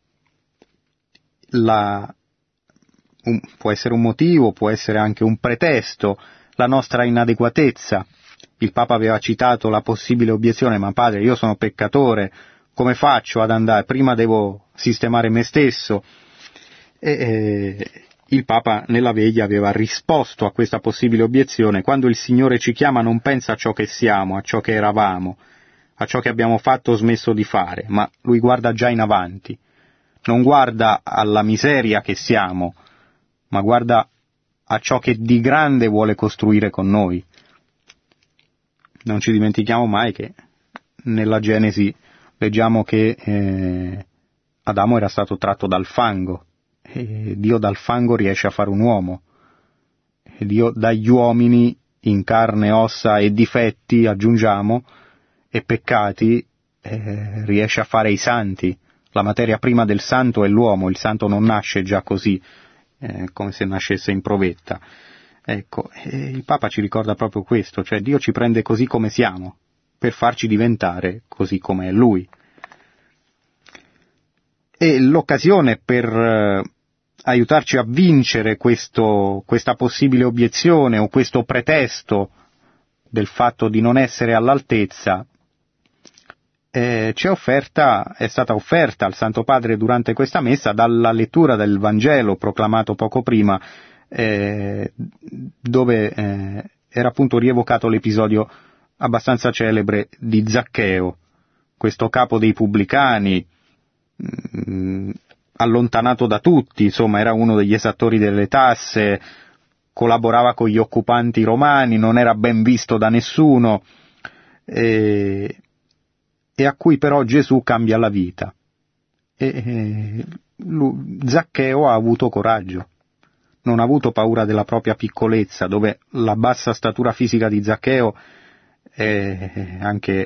può essere un motivo, può essere anche un pretesto, la nostra inadeguatezza. Il Papa aveva citato la possibile obiezione: ma padre, io sono peccatore, come faccio ad andare? Prima devo sistemare me stesso. Il Papa nella veglia aveva risposto a questa possibile obiezione: quando il Signore ci chiama non pensa a ciò che siamo, a ciò che eravamo, a ciò che abbiamo fatto o smesso di fare, ma Lui guarda già in avanti. Non guarda alla miseria che siamo, ma guarda a ciò che di grande vuole costruire con noi. Non ci dimentichiamo mai che nella Genesi leggiamo che Adamo era stato tratto dal fango, e Dio dal fango riesce a fare un uomo, e Dio dagli uomini in carne, ossa e difetti, aggiungiamo, e peccati, riesce a fare i santi. La materia prima del santo è l'uomo, il santo non nasce già così, come se nascesse in provetta. Ecco, il Papa ci ricorda proprio questo, cioè Dio ci prende così come siamo, per farci diventare così come è Lui. E l'occasione per aiutarci a vincere questa possibile obiezione o questo pretesto del fatto di non essere all'altezza è stata offerta al Santo Padre durante questa messa dalla lettura del Vangelo proclamato poco prima, dove era appunto rievocato l'episodio abbastanza celebre di Zaccheo, questo capo dei pubblicani, allontanato da tutti, insomma era uno degli esattori delle tasse, collaborava con gli occupanti romani, non era ben visto da nessuno, e a cui però Gesù cambia la vita. Zaccheo ha avuto coraggio, non ha avuto paura della propria piccolezza, dove la bassa statura fisica di Zaccheo è anche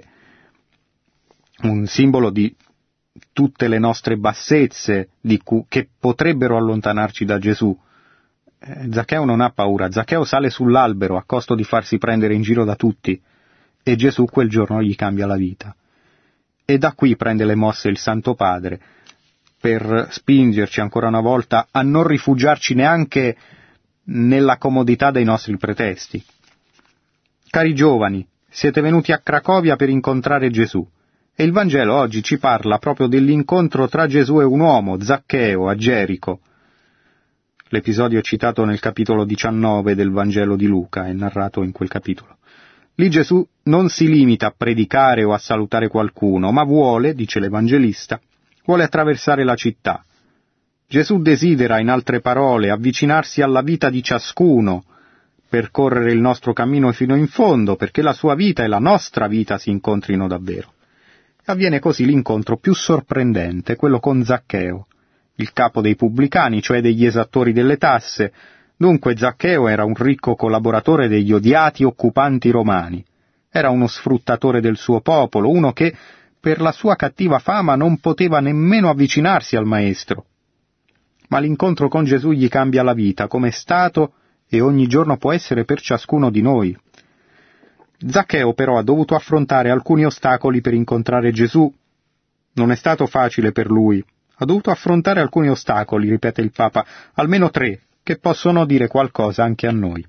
un simbolo di tutte le nostre bassezze che potrebbero allontanarci da Gesù. Zaccheo non ha paura, Zaccheo sale sull'albero a costo di farsi prendere in giro da tutti, e Gesù quel giorno gli cambia la vita. E da qui prende le mosse il Santo Padre, per spingerci ancora una volta a non rifugiarci neanche nella comodità dei nostri pretesti. Cari giovani, siete venuti a Cracovia per incontrare Gesù, e il Vangelo oggi ci parla proprio dell'incontro tra Gesù e un uomo, Zaccheo, a Gerico. L'episodio è citato nel capitolo 19 del Vangelo di Luca, è narrato in quel capitolo. Lì Gesù non si limita a predicare o a salutare qualcuno, ma vuole, dice l'Evangelista, vuole attraversare la città. Gesù desidera, in altre parole, avvicinarsi alla vita di ciascuno, percorrere il nostro cammino fino in fondo, perché la sua vita e la nostra vita si incontrino davvero. Avviene così l'incontro più sorprendente, quello con Zaccheo, il capo dei pubblicani, cioè degli esattori delle tasse. Dunque Zaccheo era un ricco collaboratore degli odiati occupanti romani. Era uno sfruttatore del suo popolo, uno che, per la sua cattiva fama, non poteva nemmeno avvicinarsi al Maestro. Ma l'incontro con Gesù gli cambia la vita, come è stato e ogni giorno può essere per ciascuno di noi. Zaccheo però ha dovuto affrontare alcuni ostacoli per incontrare Gesù. Non è stato facile per lui. Ha dovuto affrontare alcuni ostacoli, ripete il Papa, almeno 3, che possono dire qualcosa anche a noi.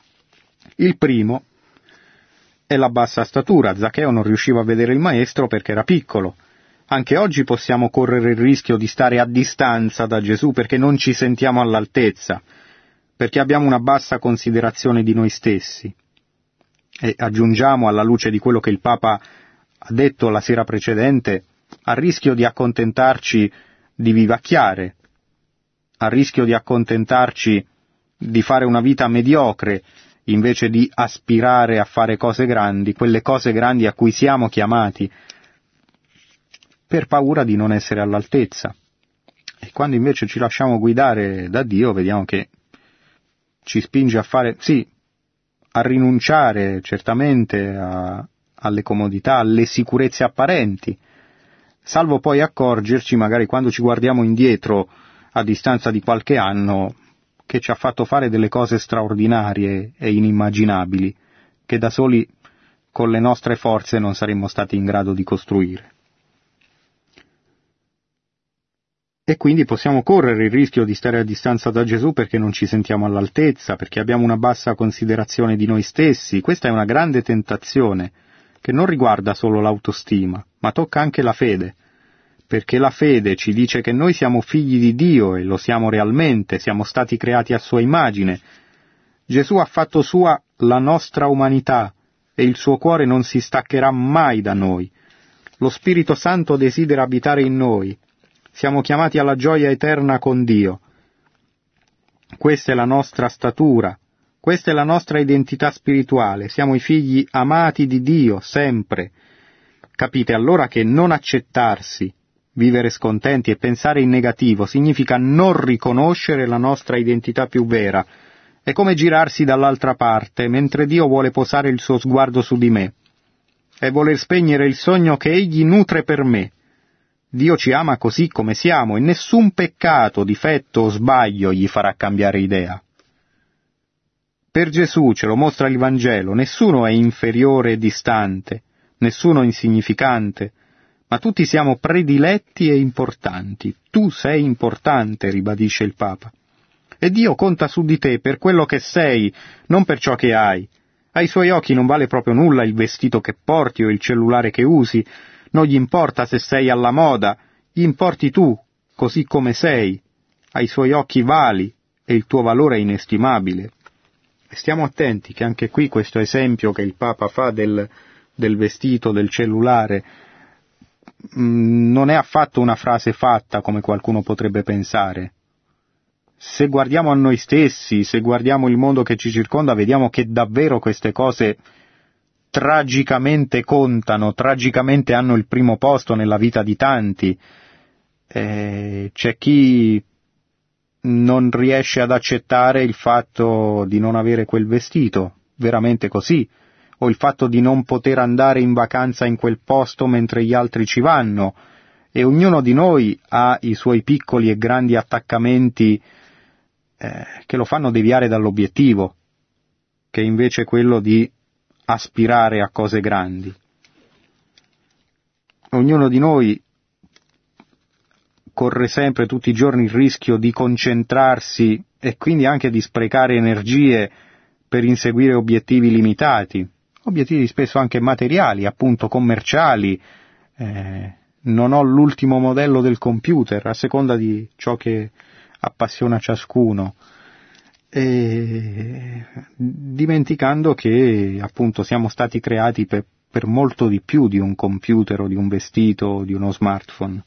Il primo è la bassa statura. Zaccheo non riusciva a vedere il Maestro perché era piccolo. Anche oggi possiamo correre il rischio di stare a distanza da Gesù perché non ci sentiamo all'altezza, perché abbiamo una bassa considerazione di noi stessi. E aggiungiamo, alla luce di quello che il Papa ha detto la sera precedente, al rischio di accontentarci di vivacchiare, al rischio di accontentarci di fare una vita mediocre, invece di aspirare a fare cose grandi, quelle cose grandi a cui siamo chiamati, per paura di non essere all'altezza. E quando invece ci lasciamo guidare da Dio, vediamo che ci spinge a fare, sì, a rinunciare certamente alle comodità, alle sicurezze apparenti, salvo poi accorgerci, magari quando ci guardiamo indietro a distanza di qualche anno, che ci ha fatto fare delle cose straordinarie e inimmaginabili, che da soli con le nostre forze non saremmo stati in grado di costruire. E quindi possiamo correre il rischio di stare a distanza da Gesù perché non ci sentiamo all'altezza, perché abbiamo una bassa considerazione di noi stessi. Questa è una grande tentazione, che non riguarda solo l'autostima, ma tocca anche la fede, perché la fede ci dice che noi siamo figli di Dio e lo siamo realmente, siamo stati creati a sua immagine. Gesù ha fatto sua la nostra umanità e il suo cuore non si staccherà mai da noi. Lo Spirito Santo desidera abitare in noi. Siamo chiamati alla gioia eterna con Dio. Questa è la nostra statura, questa è la nostra identità spirituale, siamo i figli amati di Dio, sempre. Capite allora che non accettarsi, vivere scontenti e pensare in negativo significa non riconoscere la nostra identità più vera. È come girarsi dall'altra parte, mentre Dio vuole posare il suo sguardo su di me. È voler spegnere il sogno che Egli nutre per me. Dio ci ama così come siamo e nessun peccato, difetto o sbaglio gli farà cambiare idea. Per Gesù, ce lo mostra il Vangelo, nessuno è inferiore e distante, nessuno insignificante, ma tutti siamo prediletti e importanti. Tu sei importante, ribadisce il Papa. E Dio conta su di te per quello che sei, non per ciò che hai. Ai suoi occhi non vale proprio nulla il vestito che porti o il cellulare che usi, non gli importa se sei alla moda, gli importi tu, così come sei. Ai suoi occhi vali e il tuo valore è inestimabile. E stiamo attenti che anche qui questo esempio che il Papa fa del vestito, del cellulare, non è affatto una frase fatta come qualcuno potrebbe pensare. Se guardiamo a noi stessi, se guardiamo il mondo che ci circonda, vediamo che davvero queste cose tragicamente contano, tragicamente hanno il primo posto nella vita di tanti. C'è chi non riesce ad accettare il fatto di non avere quel vestito, veramente così, o il fatto di non poter andare in vacanza in quel posto mentre gli altri ci vanno, e ognuno di noi ha i suoi piccoli e grandi attaccamenti che lo fanno deviare dall'obiettivo, che è invece quello di aspirare a cose grandi. Ognuno di noi corre sempre tutti i giorni il rischio di concentrarsi e quindi anche di sprecare energie per inseguire obiettivi limitati, obiettivi spesso anche materiali, appunto commerciali. Non ho l'ultimo modello del computer, a seconda di ciò che appassiona ciascuno, dimenticando che appunto siamo stati creati per molto di più di un computer o di un vestito o di uno smartphone.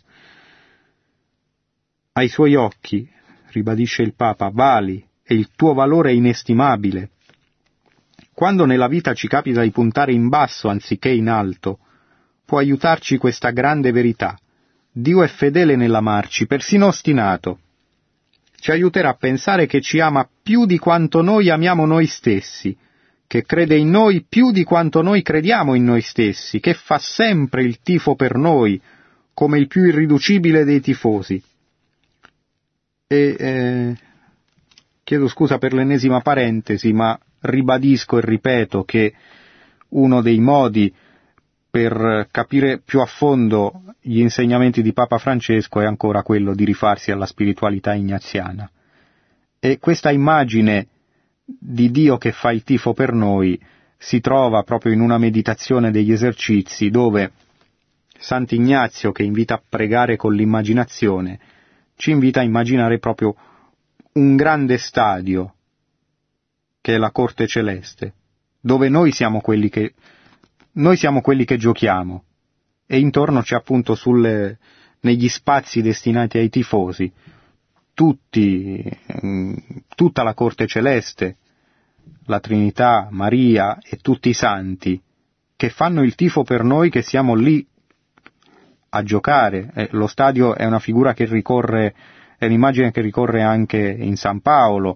Ai suoi occhi, ribadisce il Papa, vali e il tuo valore è inestimabile. Quando nella vita ci capita di puntare in basso anziché in alto, può aiutarci questa grande verità. Dio è fedele nell'amarci, persino ostinato. Ci aiuterà a pensare che ci ama più di quanto noi amiamo noi stessi, che crede in noi più di quanto noi crediamo in noi stessi, che fa sempre il tifo per noi, come il più irriducibile dei tifosi. Chiedo scusa per l'ennesima parentesi, ma ribadisco e ripeto che uno dei modi per capire più a fondo gli insegnamenti di Papa Francesco è ancora quello di rifarsi alla spiritualità ignaziana. E questa immagine di Dio che fa il tifo per noi si trova proprio in una meditazione degli esercizi dove Sant'Ignazio, che invita a pregare con l'immaginazione, ci invita a immaginare proprio un grande stadio che è la corte celeste, dove noi siamo quelli che giochiamo, e intorno c'è appunto negli spazi destinati ai tifosi tutta la corte celeste, la Trinità, Maria e tutti i santi, che fanno il tifo per noi che siamo lì a giocare. Lo stadio è una figura che ricorre, è un'immagine che ricorre anche in San Paolo,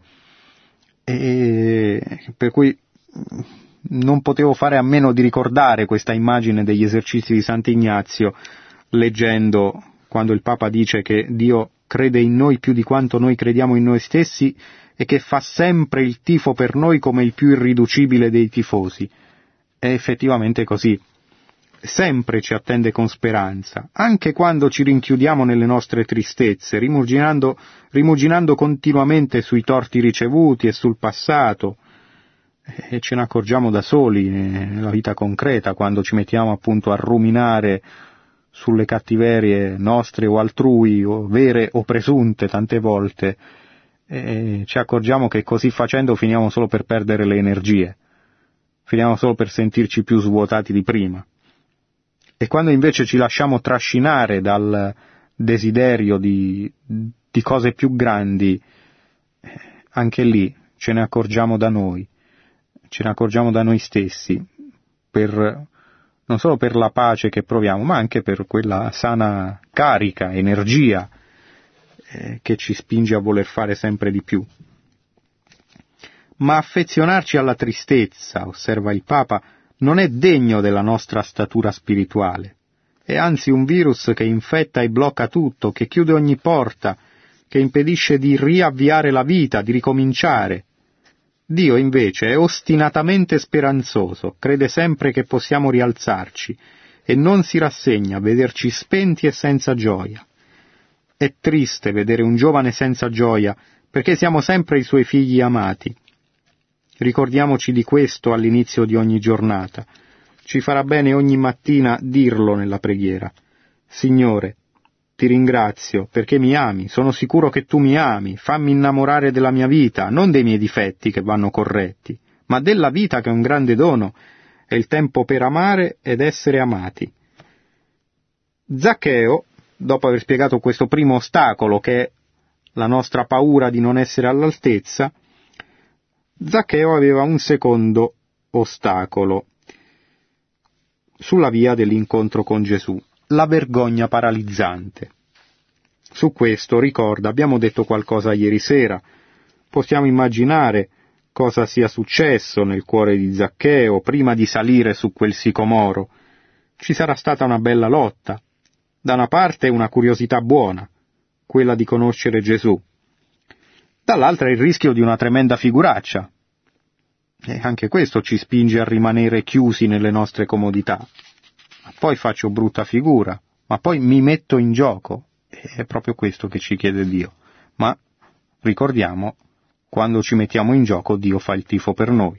e per cui non potevo fare a meno di ricordare questa immagine degli esercizi di Sant'Ignazio leggendo quando il Papa dice che Dio crede in noi più di quanto noi crediamo in noi stessi e che fa sempre il tifo per noi come il più irriducibile dei tifosi. È effettivamente così. Sempre ci attende con speranza, anche quando ci rinchiudiamo nelle nostre tristezze, rimuginando continuamente sui torti ricevuti e sul passato, e ce ne accorgiamo da soli nella vita concreta, quando ci mettiamo appunto a ruminare sulle cattiverie nostre o altrui, o vere o presunte tante volte, e ci accorgiamo che così facendo finiamo solo per perdere le energie, finiamo solo per sentirci più svuotati di prima. E quando invece ci lasciamo trascinare dal desiderio di cose più grandi, anche lì ce ne accorgiamo da noi, ce ne accorgiamo da noi stessi, non solo per la pace che proviamo, ma anche per quella sana carica, energia che ci spinge a voler fare sempre di più. Ma affezionarci alla tristezza, osserva il Papa, non è degno della nostra statura spirituale. È anzi un virus che infetta e blocca tutto, che chiude ogni porta, che impedisce di riavviare la vita, di ricominciare. Dio invece è ostinatamente speranzoso, crede sempre che possiamo rialzarci e non si rassegna a vederci spenti e senza gioia. È triste vedere un giovane senza gioia, perché siamo sempre i suoi figli amati. Ricordiamoci di questo all'inizio di ogni giornata. Ci farà bene ogni mattina dirlo nella preghiera. Signore, ti ringrazio perché mi ami, sono sicuro che tu mi ami, fammi innamorare della mia vita, non dei miei difetti che vanno corretti, ma della vita che è un grande dono, è il tempo per amare ed essere amati. Zaccheo, dopo aver spiegato questo primo ostacolo che è la nostra paura di non essere all'altezza, Zaccheo aveva un secondo ostacolo sulla via dell'incontro con Gesù, la vergogna paralizzante. Su questo, ricorda, abbiamo detto qualcosa ieri sera. Possiamo immaginare cosa sia successo nel cuore di Zaccheo prima di salire su quel sicomoro. Ci sarà stata una bella lotta. Da una parte una curiosità buona, quella di conoscere Gesù. Dall'altra il rischio di una tremenda figuraccia. E anche questo ci spinge a rimanere chiusi nelle nostre comodità. Ma poi faccio brutta figura, ma poi mi metto in gioco. È proprio questo che ci chiede Dio. Ma ricordiamo, quando ci mettiamo in gioco, Dio fa il tifo per noi.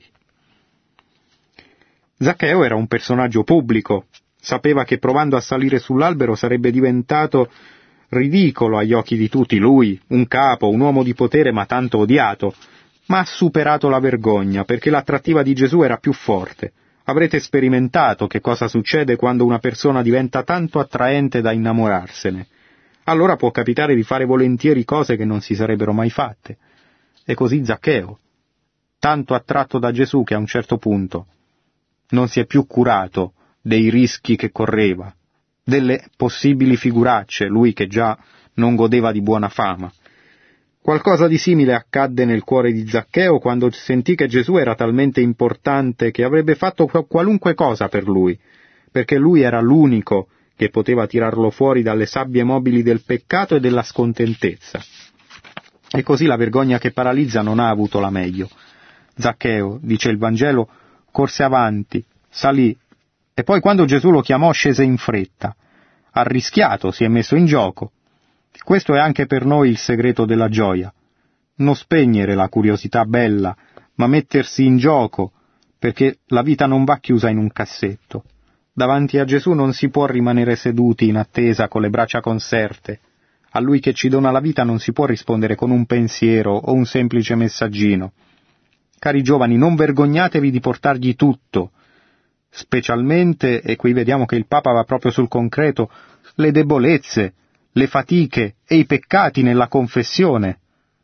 Zaccheo era un personaggio pubblico. Sapeva che provando a salire sull'albero sarebbe diventato ridicolo agli occhi di tutti, lui, un capo, un uomo di potere ma tanto odiato, ma ha superato la vergogna perché l'attrattiva di Gesù era più forte. Avrete sperimentato che cosa succede quando una persona diventa tanto attraente da innamorarsene. Allora può capitare di fare volentieri cose che non si sarebbero mai fatte. E così Zaccheo, tanto attratto da Gesù che a un certo punto non si è più curato dei rischi che correva, delle possibili figuracce, lui che già non godeva di buona fama. Qualcosa di simile accadde nel cuore di Zaccheo quando sentì che Gesù era talmente importante che avrebbe fatto qualunque cosa per lui, perché lui era l'unico che poteva tirarlo fuori dalle sabbie mobili del peccato e della scontentezza. E così la vergogna che paralizza non ha avuto la meglio. Zaccheo, dice il Vangelo, corse avanti, salì, e poi quando Gesù lo chiamò scese in fretta. Ha rischiato, si è messo in gioco. Questo è anche per noi il segreto della gioia. Non spegnere la curiosità bella, ma mettersi in gioco, perché la vita non va chiusa in un cassetto. Davanti a Gesù non si può rimanere seduti in attesa con le braccia conserte. A Lui che ci dona la vita non si può rispondere con un pensiero o un semplice messaggino. Cari giovani, non vergognatevi di portargli tutto, specialmente, e qui vediamo che il Papa va proprio sul concreto, le debolezze, le fatiche e i peccati nella confessione.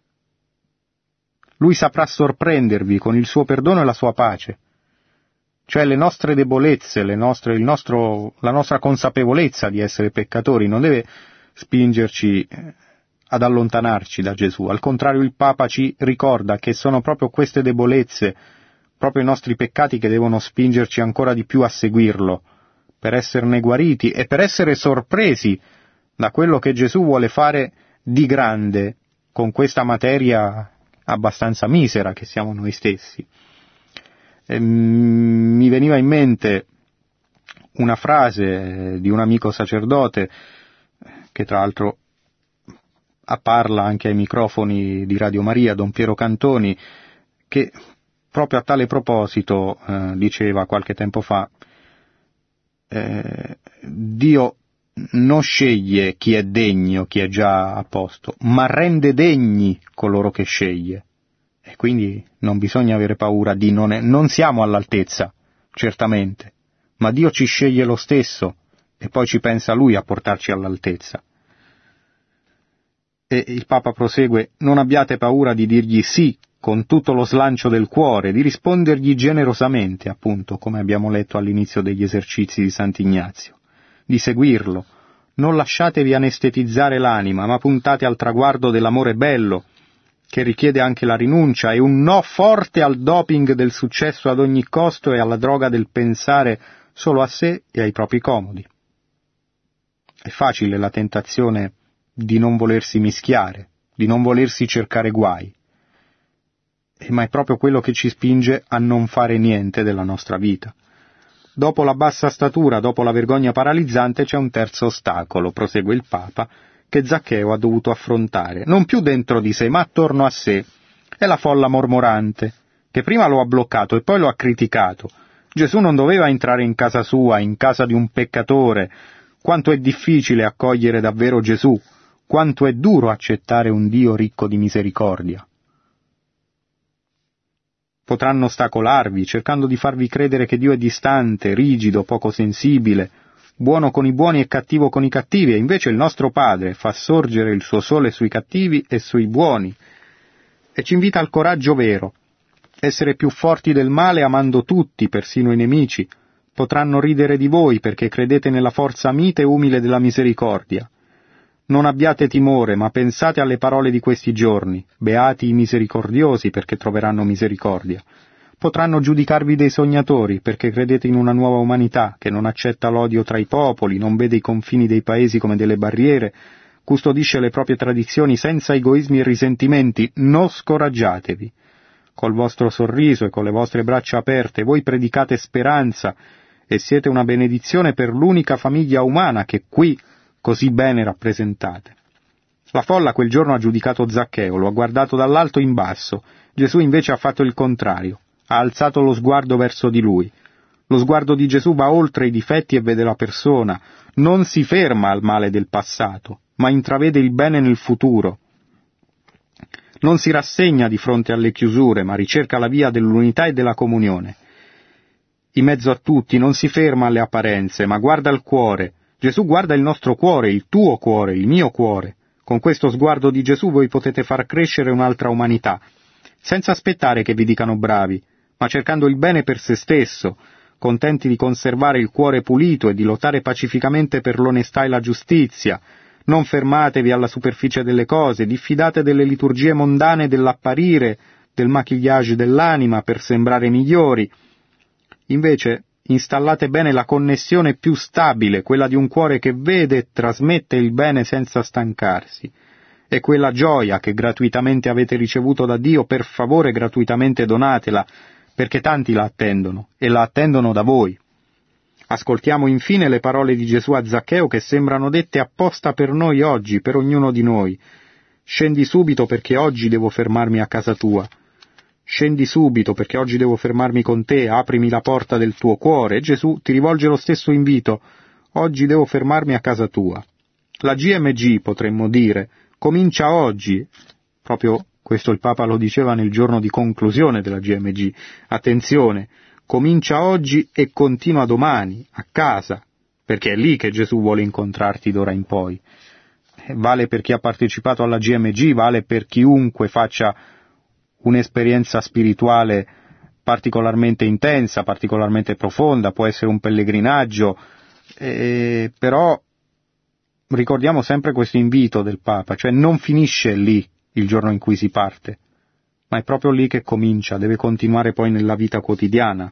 Lui saprà sorprendervi con il suo perdono e la sua pace. Cioè le nostre debolezze, la nostra consapevolezza di essere peccatori non deve spingerci ad allontanarci da Gesù. Al contrario, il Papa ci ricorda che sono proprio queste debolezze, proprio i nostri peccati che devono spingerci ancora di più a seguirlo, per esserne guariti e per essere sorpresi da quello che Gesù vuole fare di grande con questa materia abbastanza misera che siamo noi stessi. Mi veniva in mente una frase di un amico sacerdote, che tra l'altro parla anche ai microfoni di Radio Maria, Don Piero Cantoni, che proprio a tale proposito diceva qualche tempo fa, Dio non sceglie chi è degno, chi è già a posto, ma rende degni coloro che sceglie. E quindi non bisogna avere paura di non siamo all'altezza, certamente, ma Dio ci sceglie lo stesso e poi ci pensa Lui a portarci all'altezza. E il Papa prosegue, non abbiate paura di dirgli sì con tutto lo slancio del cuore, di rispondergli generosamente, appunto, come abbiamo letto all'inizio degli esercizi di Sant'Ignazio, di seguirlo. Non lasciatevi anestetizzare l'anima, ma puntate al traguardo dell'amore bello, che richiede anche la rinuncia e un no forte al doping del successo ad ogni costo e alla droga del pensare solo a sé e ai propri comodi. È facile la tentazione di non volersi mischiare, di non volersi cercare guai, ma è proprio quello che ci spinge a non fare niente della nostra vita. Dopo la bassa statura, dopo la vergogna paralizzante, c'è un terzo ostacolo, prosegue il Papa, che Zaccheo ha dovuto affrontare, non più dentro di sé, ma attorno a sé. È la folla mormorante, che prima lo ha bloccato e poi lo ha criticato. Gesù non doveva entrare in casa sua, in casa di un peccatore. Quanto è difficile accogliere davvero Gesù, quanto è duro accettare un Dio ricco di misericordia. Potranno ostacolarvi, cercando di farvi credere che Dio è distante, rigido, poco sensibile, buono con i buoni e cattivo con i cattivi, e invece il nostro Padre fa sorgere il suo sole sui cattivi e sui buoni, e ci invita al coraggio vero, essere più forti del male amando tutti, persino i nemici. Potranno ridere di voi perché credete nella forza mite e umile della misericordia. Non abbiate timore, ma pensate alle parole di questi giorni. Beati i misericordiosi, perché troveranno misericordia. Potranno giudicarvi dei sognatori, perché credete in una nuova umanità, che non accetta l'odio tra i popoli, non vede i confini dei paesi come delle barriere, custodisce le proprie tradizioni senza egoismi e risentimenti. Non scoraggiatevi. Col vostro sorriso e con le vostre braccia aperte voi predicate speranza e siete una benedizione per l'unica famiglia umana che qui così bene rappresentate. La folla quel giorno ha giudicato Zaccheo, lo ha guardato dall'alto in basso. Gesù invece ha fatto il contrario, ha alzato lo sguardo verso di lui. Lo sguardo di Gesù va oltre i difetti e vede la persona, non si ferma al male del passato, ma intravede il bene nel futuro. Non si rassegna di fronte alle chiusure, ma ricerca la via dell'unità e della comunione. In mezzo a tutti non si ferma alle apparenze, ma guarda il cuore. Gesù guarda il nostro cuore, il tuo cuore, il mio cuore. Con questo sguardo di Gesù voi potete far crescere un'altra umanità, senza aspettare che vi dicano bravi, ma cercando il bene per se stesso, contenti di conservare il cuore pulito e di lottare pacificamente per l'onestà e la giustizia. Non fermatevi alla superficie delle cose, diffidate delle liturgie mondane dell'apparire, del maquillage dell'anima per sembrare migliori. Invece, installate bene la connessione più stabile, quella di un cuore che vede e trasmette il bene senza stancarsi. E quella gioia che gratuitamente avete ricevuto da Dio, per favore gratuitamente donatela, perché tanti la attendono, e la attendono da voi. Ascoltiamo infine le parole di Gesù a Zaccheo che sembrano dette apposta per noi oggi, per ognuno di noi. Scendi subito perché oggi devo fermarmi a casa tua. Scendi subito perché oggi devo fermarmi con te, aprimi la porta del tuo cuore. E Gesù ti rivolge lo stesso invito. Oggi devo fermarmi a casa tua. La GMG, potremmo dire, comincia oggi. Proprio questo il Papa lo diceva nel giorno di conclusione della GMG. Attenzione! Comincia oggi e continua domani, a casa, perché è lì che Gesù vuole incontrarti d'ora in poi. Vale per chi ha partecipato alla GMG, vale per chiunque faccia un'esperienza spirituale particolarmente intensa, particolarmente profonda, può essere un pellegrinaggio, però ricordiamo sempre questo invito del Papa, cioè non finisce lì il giorno in cui si parte, ma è proprio lì che comincia, deve continuare poi nella vita quotidiana.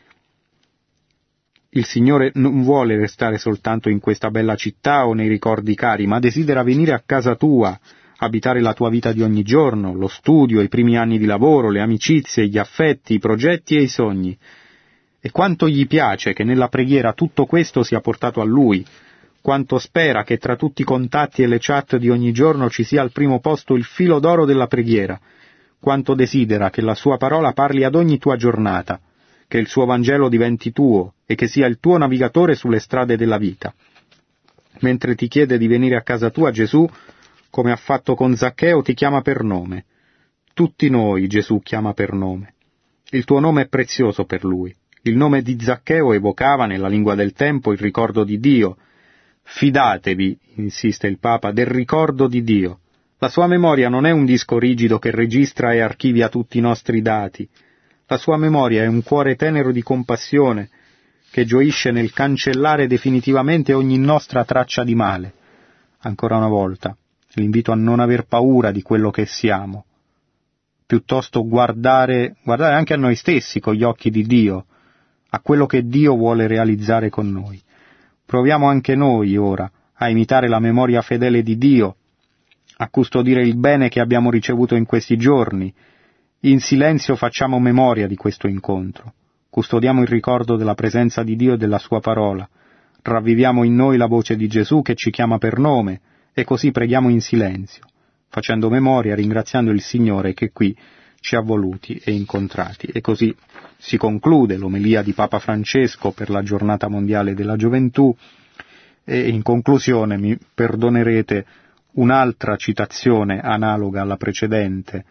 Il Signore non vuole restare soltanto in questa bella città o nei ricordi cari, ma desidera venire a casa tua, abitare la tua vita di ogni giorno, lo studio, i primi anni di lavoro, le amicizie, gli affetti, i progetti e i sogni. E quanto gli piace che nella preghiera tutto questo sia portato a Lui, quanto spera che tra tutti i contatti e le chat di ogni giorno ci sia al primo posto il filo d'oro della preghiera, quanto desidera che la sua parola parli ad ogni tua giornata, che il suo Vangelo diventi tuo e che sia il tuo navigatore sulle strade della vita. Mentre ti chiede di venire a casa tua, Gesù, come ha fatto con Zaccheo, ti chiama per nome. Tutti noi Gesù chiama per nome. Il tuo nome è prezioso per Lui. Il nome di Zaccheo evocava, nella lingua del tempo, il ricordo di Dio. Fidatevi, insiste il Papa, del ricordo di Dio. La sua memoria non è un disco rigido che registra e archivia tutti i nostri dati. La sua memoria è un cuore tenero di compassione che gioisce nel cancellare definitivamente ogni nostra traccia di male. Ancora una volta, l'invito a non aver paura di quello che siamo, piuttosto guardare anche a noi stessi con gli occhi di Dio, a quello che Dio vuole realizzare con noi. Proviamo anche noi ora a imitare la memoria fedele di Dio, a custodire il bene che abbiamo ricevuto in questi giorni. In silenzio facciamo memoria di questo incontro, custodiamo il ricordo della presenza di Dio e della Sua parola, ravviviamo in noi la voce di Gesù che ci chiama per nome e così preghiamo in silenzio, facendo memoria, ringraziando il Signore che qui ci ha voluti e incontrati. E così si conclude l'omelia di Papa Francesco per la Giornata Mondiale della Gioventù e in conclusione mi perdonerete un'altra citazione analoga alla precedente,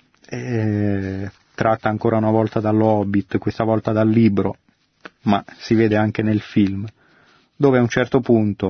tratta ancora una volta dallo Hobbit, questa volta dal libro, ma si vede anche nel film, dove a un certo punto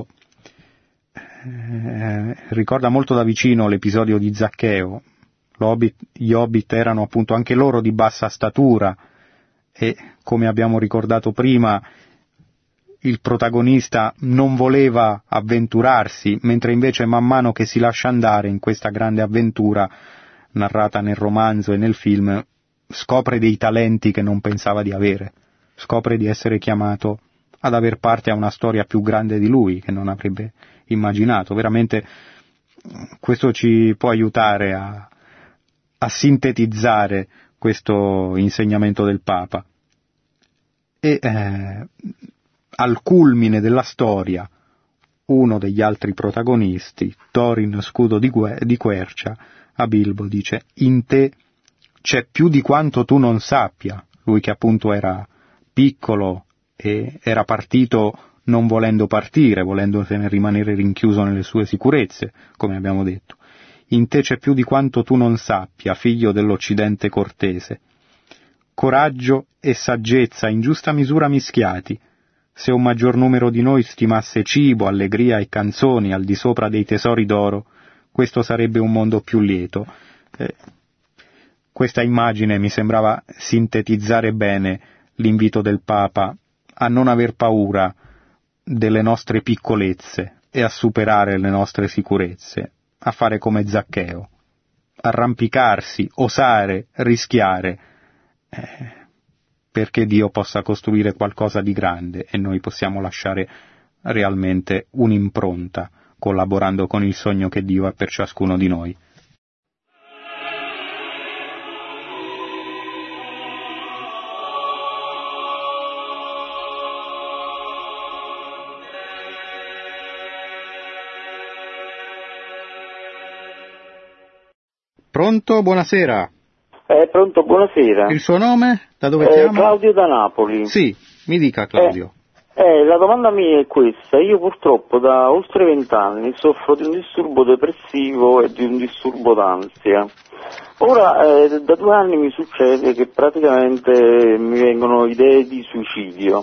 ricorda molto da vicino l'episodio di Zaccheo. Gli Hobbit erano appunto anche loro di bassa statura e, come abbiamo ricordato prima, il protagonista non voleva avventurarsi, mentre invece man mano che si lascia andare in questa grande avventura narrata nel romanzo e nel film, scopre dei talenti che non pensava di avere, scopre di essere chiamato ad aver parte a una storia più grande di lui, che non avrebbe immaginato. Veramente questo ci può aiutare a sintetizzare questo insegnamento del Papa. E al culmine della storia, uno degli altri protagonisti, Thorin Scudo di Quercia, a Bilbo dice: in te c'è più di quanto tu non sappia. Lui che appunto era piccolo e era partito non volendo partire, volendosene rimanere rinchiuso nelle sue sicurezze, come abbiamo detto. In te c'è più di quanto tu non sappia, figlio dell'Occidente cortese. Coraggio e saggezza in giusta misura mischiati. Se un maggior numero di noi stimasse cibo, allegria e canzoni al di sopra dei tesori d'oro, questo sarebbe un mondo più lieto. Questa immagine mi sembrava sintetizzare bene l'invito del Papa a non aver paura delle nostre piccolezze e a superare le nostre sicurezze, a fare come Zaccheo, arrampicarsi, osare, rischiare, perché Dio possa costruire qualcosa di grande e noi possiamo lasciare realmente un'impronta, collaborando con il sogno che Dio ha per ciascuno di noi. Pronto? Buonasera. Pronto, buonasera. Il suo nome? Da dove chiama? Claudio da Napoli. Sì, mi dica Claudio. La domanda mia è questa. Io purtroppo da oltre 20 anni soffro di un disturbo depressivo e di un disturbo d'ansia. Ora, da 2 anni mi succede che praticamente mi vengono idee di suicidio.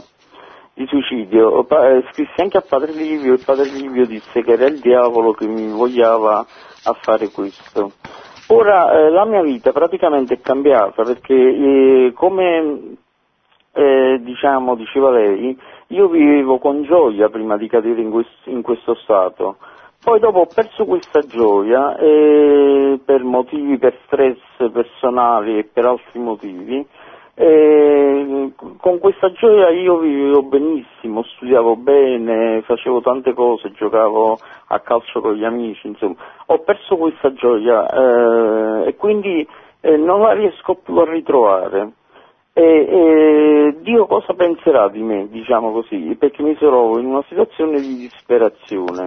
Scrissi anche a Padre Livio e Padre Livio disse che era il diavolo che mi vogliava a fare questo. Ora la mia vita praticamente è cambiata perché come diceva lei, io vivevo con gioia prima di cadere in questo stato. Poi dopo ho perso questa gioia per stress personali e per altri motivi. Con questa gioia io vivevo benissimo, studiavo bene, facevo tante cose, giocavo a calcio con gli amici, insomma. Ho perso questa gioia e quindi non la riesco più a ritrovare. Dio cosa penserà di me, diciamo così, perché mi trovo in una situazione di disperazione.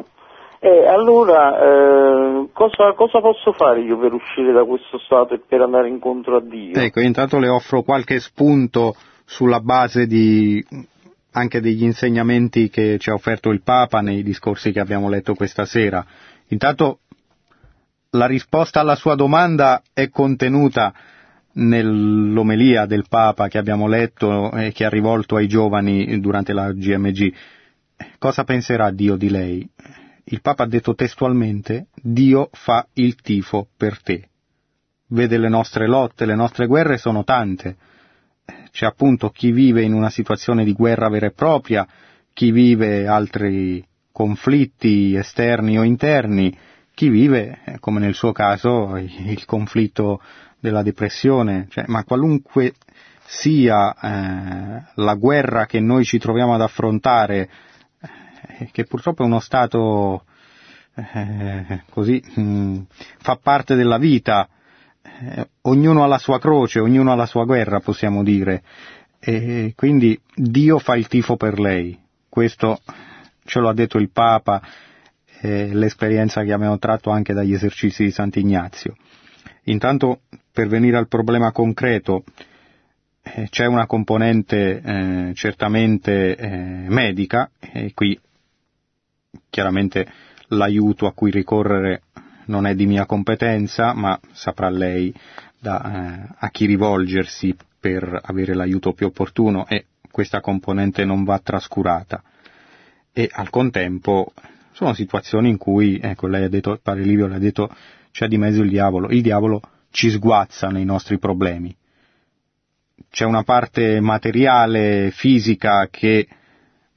Allora, cosa posso fare io per uscire da questo stato e per andare incontro a Dio? Ecco, intanto le offro qualche spunto sulla base anche degli insegnamenti che ci ha offerto il Papa nei discorsi che abbiamo letto questa sera. Intanto la risposta alla sua domanda è contenuta nell'omelia del Papa che abbiamo letto e che ha rivolto ai giovani durante la GMG. Cosa penserà Dio di lei? Il Papa ha detto testualmente: Dio fa il tifo per te. Vede le nostre lotte, le nostre guerre sono tante. C'è appunto chi vive in una situazione di guerra vera e propria, chi vive altri conflitti esterni o interni, chi vive, come nel suo caso, il conflitto della depressione. Ma qualunque sia la guerra che noi ci troviamo ad affrontare, che purtroppo è uno stato così, fa parte della vita, ognuno ha la sua croce, ognuno ha la sua guerra, possiamo dire, e quindi Dio fa il tifo per lei. Questo ce lo ha detto il Papa, l'esperienza che abbiamo tratto anche dagli esercizi di Sant'Ignazio. Intanto, per venire al problema concreto, c'è una componente certamente medica, e qui chiaramente l'aiuto a cui ricorrere non è di mia competenza, ma saprà lei a chi rivolgersi per avere l'aiuto più opportuno, e questa componente non va trascurata. E al contempo sono situazioni in cui, lei ha detto, Padre Livio l'ha detto, c'è di mezzo il diavolo ci sguazza nei nostri problemi. C'è una parte materiale, fisica, che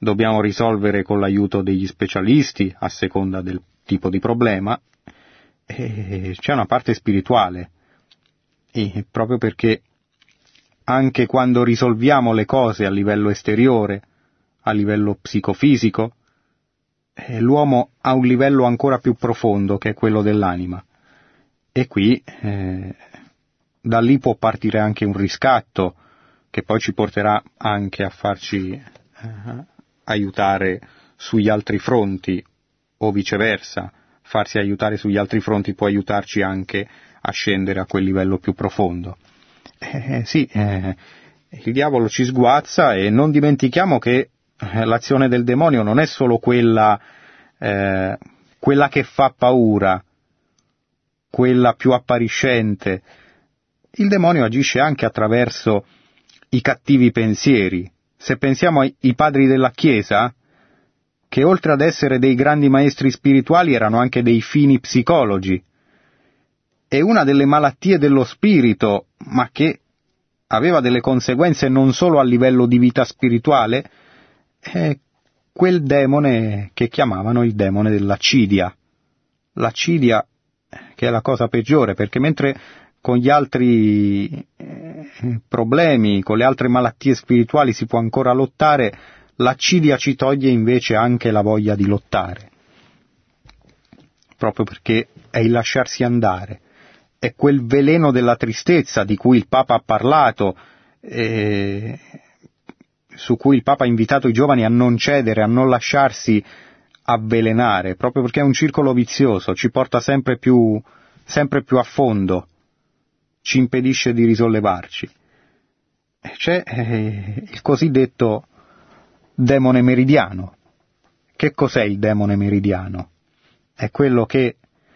dobbiamo risolvere con l'aiuto degli specialisti a seconda del tipo di problema, e c'è una parte spirituale, e proprio perché anche quando risolviamo le cose a livello esteriore, a livello psicofisico, l'uomo ha un livello ancora più profondo che è quello dell'anima, e qui da lì può partire anche un riscatto che poi ci porterà anche a farci aiutare sugli altri fronti, o viceversa, farsi aiutare sugli altri fronti può aiutarci anche a scendere a quel livello più profondo. Il diavolo ci sguazza, e non dimentichiamo che l'azione del demonio non è solo quella che fa paura, quella più appariscente. Il demonio agisce anche attraverso i cattivi pensieri. Se pensiamo ai padri della Chiesa, che oltre ad essere dei grandi maestri spirituali erano anche dei fini psicologi, e una delle malattie dello spirito, ma che aveva delle conseguenze non solo a livello di vita spirituale, è quel demone che chiamavano il demone dell'accidia. L'accidia, che è la cosa peggiore, perché mentre con gli altri problemi, con le altre malattie spirituali si può ancora lottare, l'accidia ci toglie invece anche la voglia di lottare, proprio perché è il lasciarsi andare, è quel veleno della tristezza di cui il Papa ha parlato, su cui il Papa ha invitato i giovani a non cedere, a non lasciarsi avvelenare, proprio perché è un circolo vizioso, ci porta sempre più a fondo, ci impedisce di risollevarci. C'è il cosiddetto demone meridiano. Che cos'è il demone meridiano? È quello che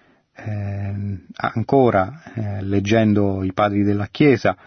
ancora leggendo i padri della Chiesa,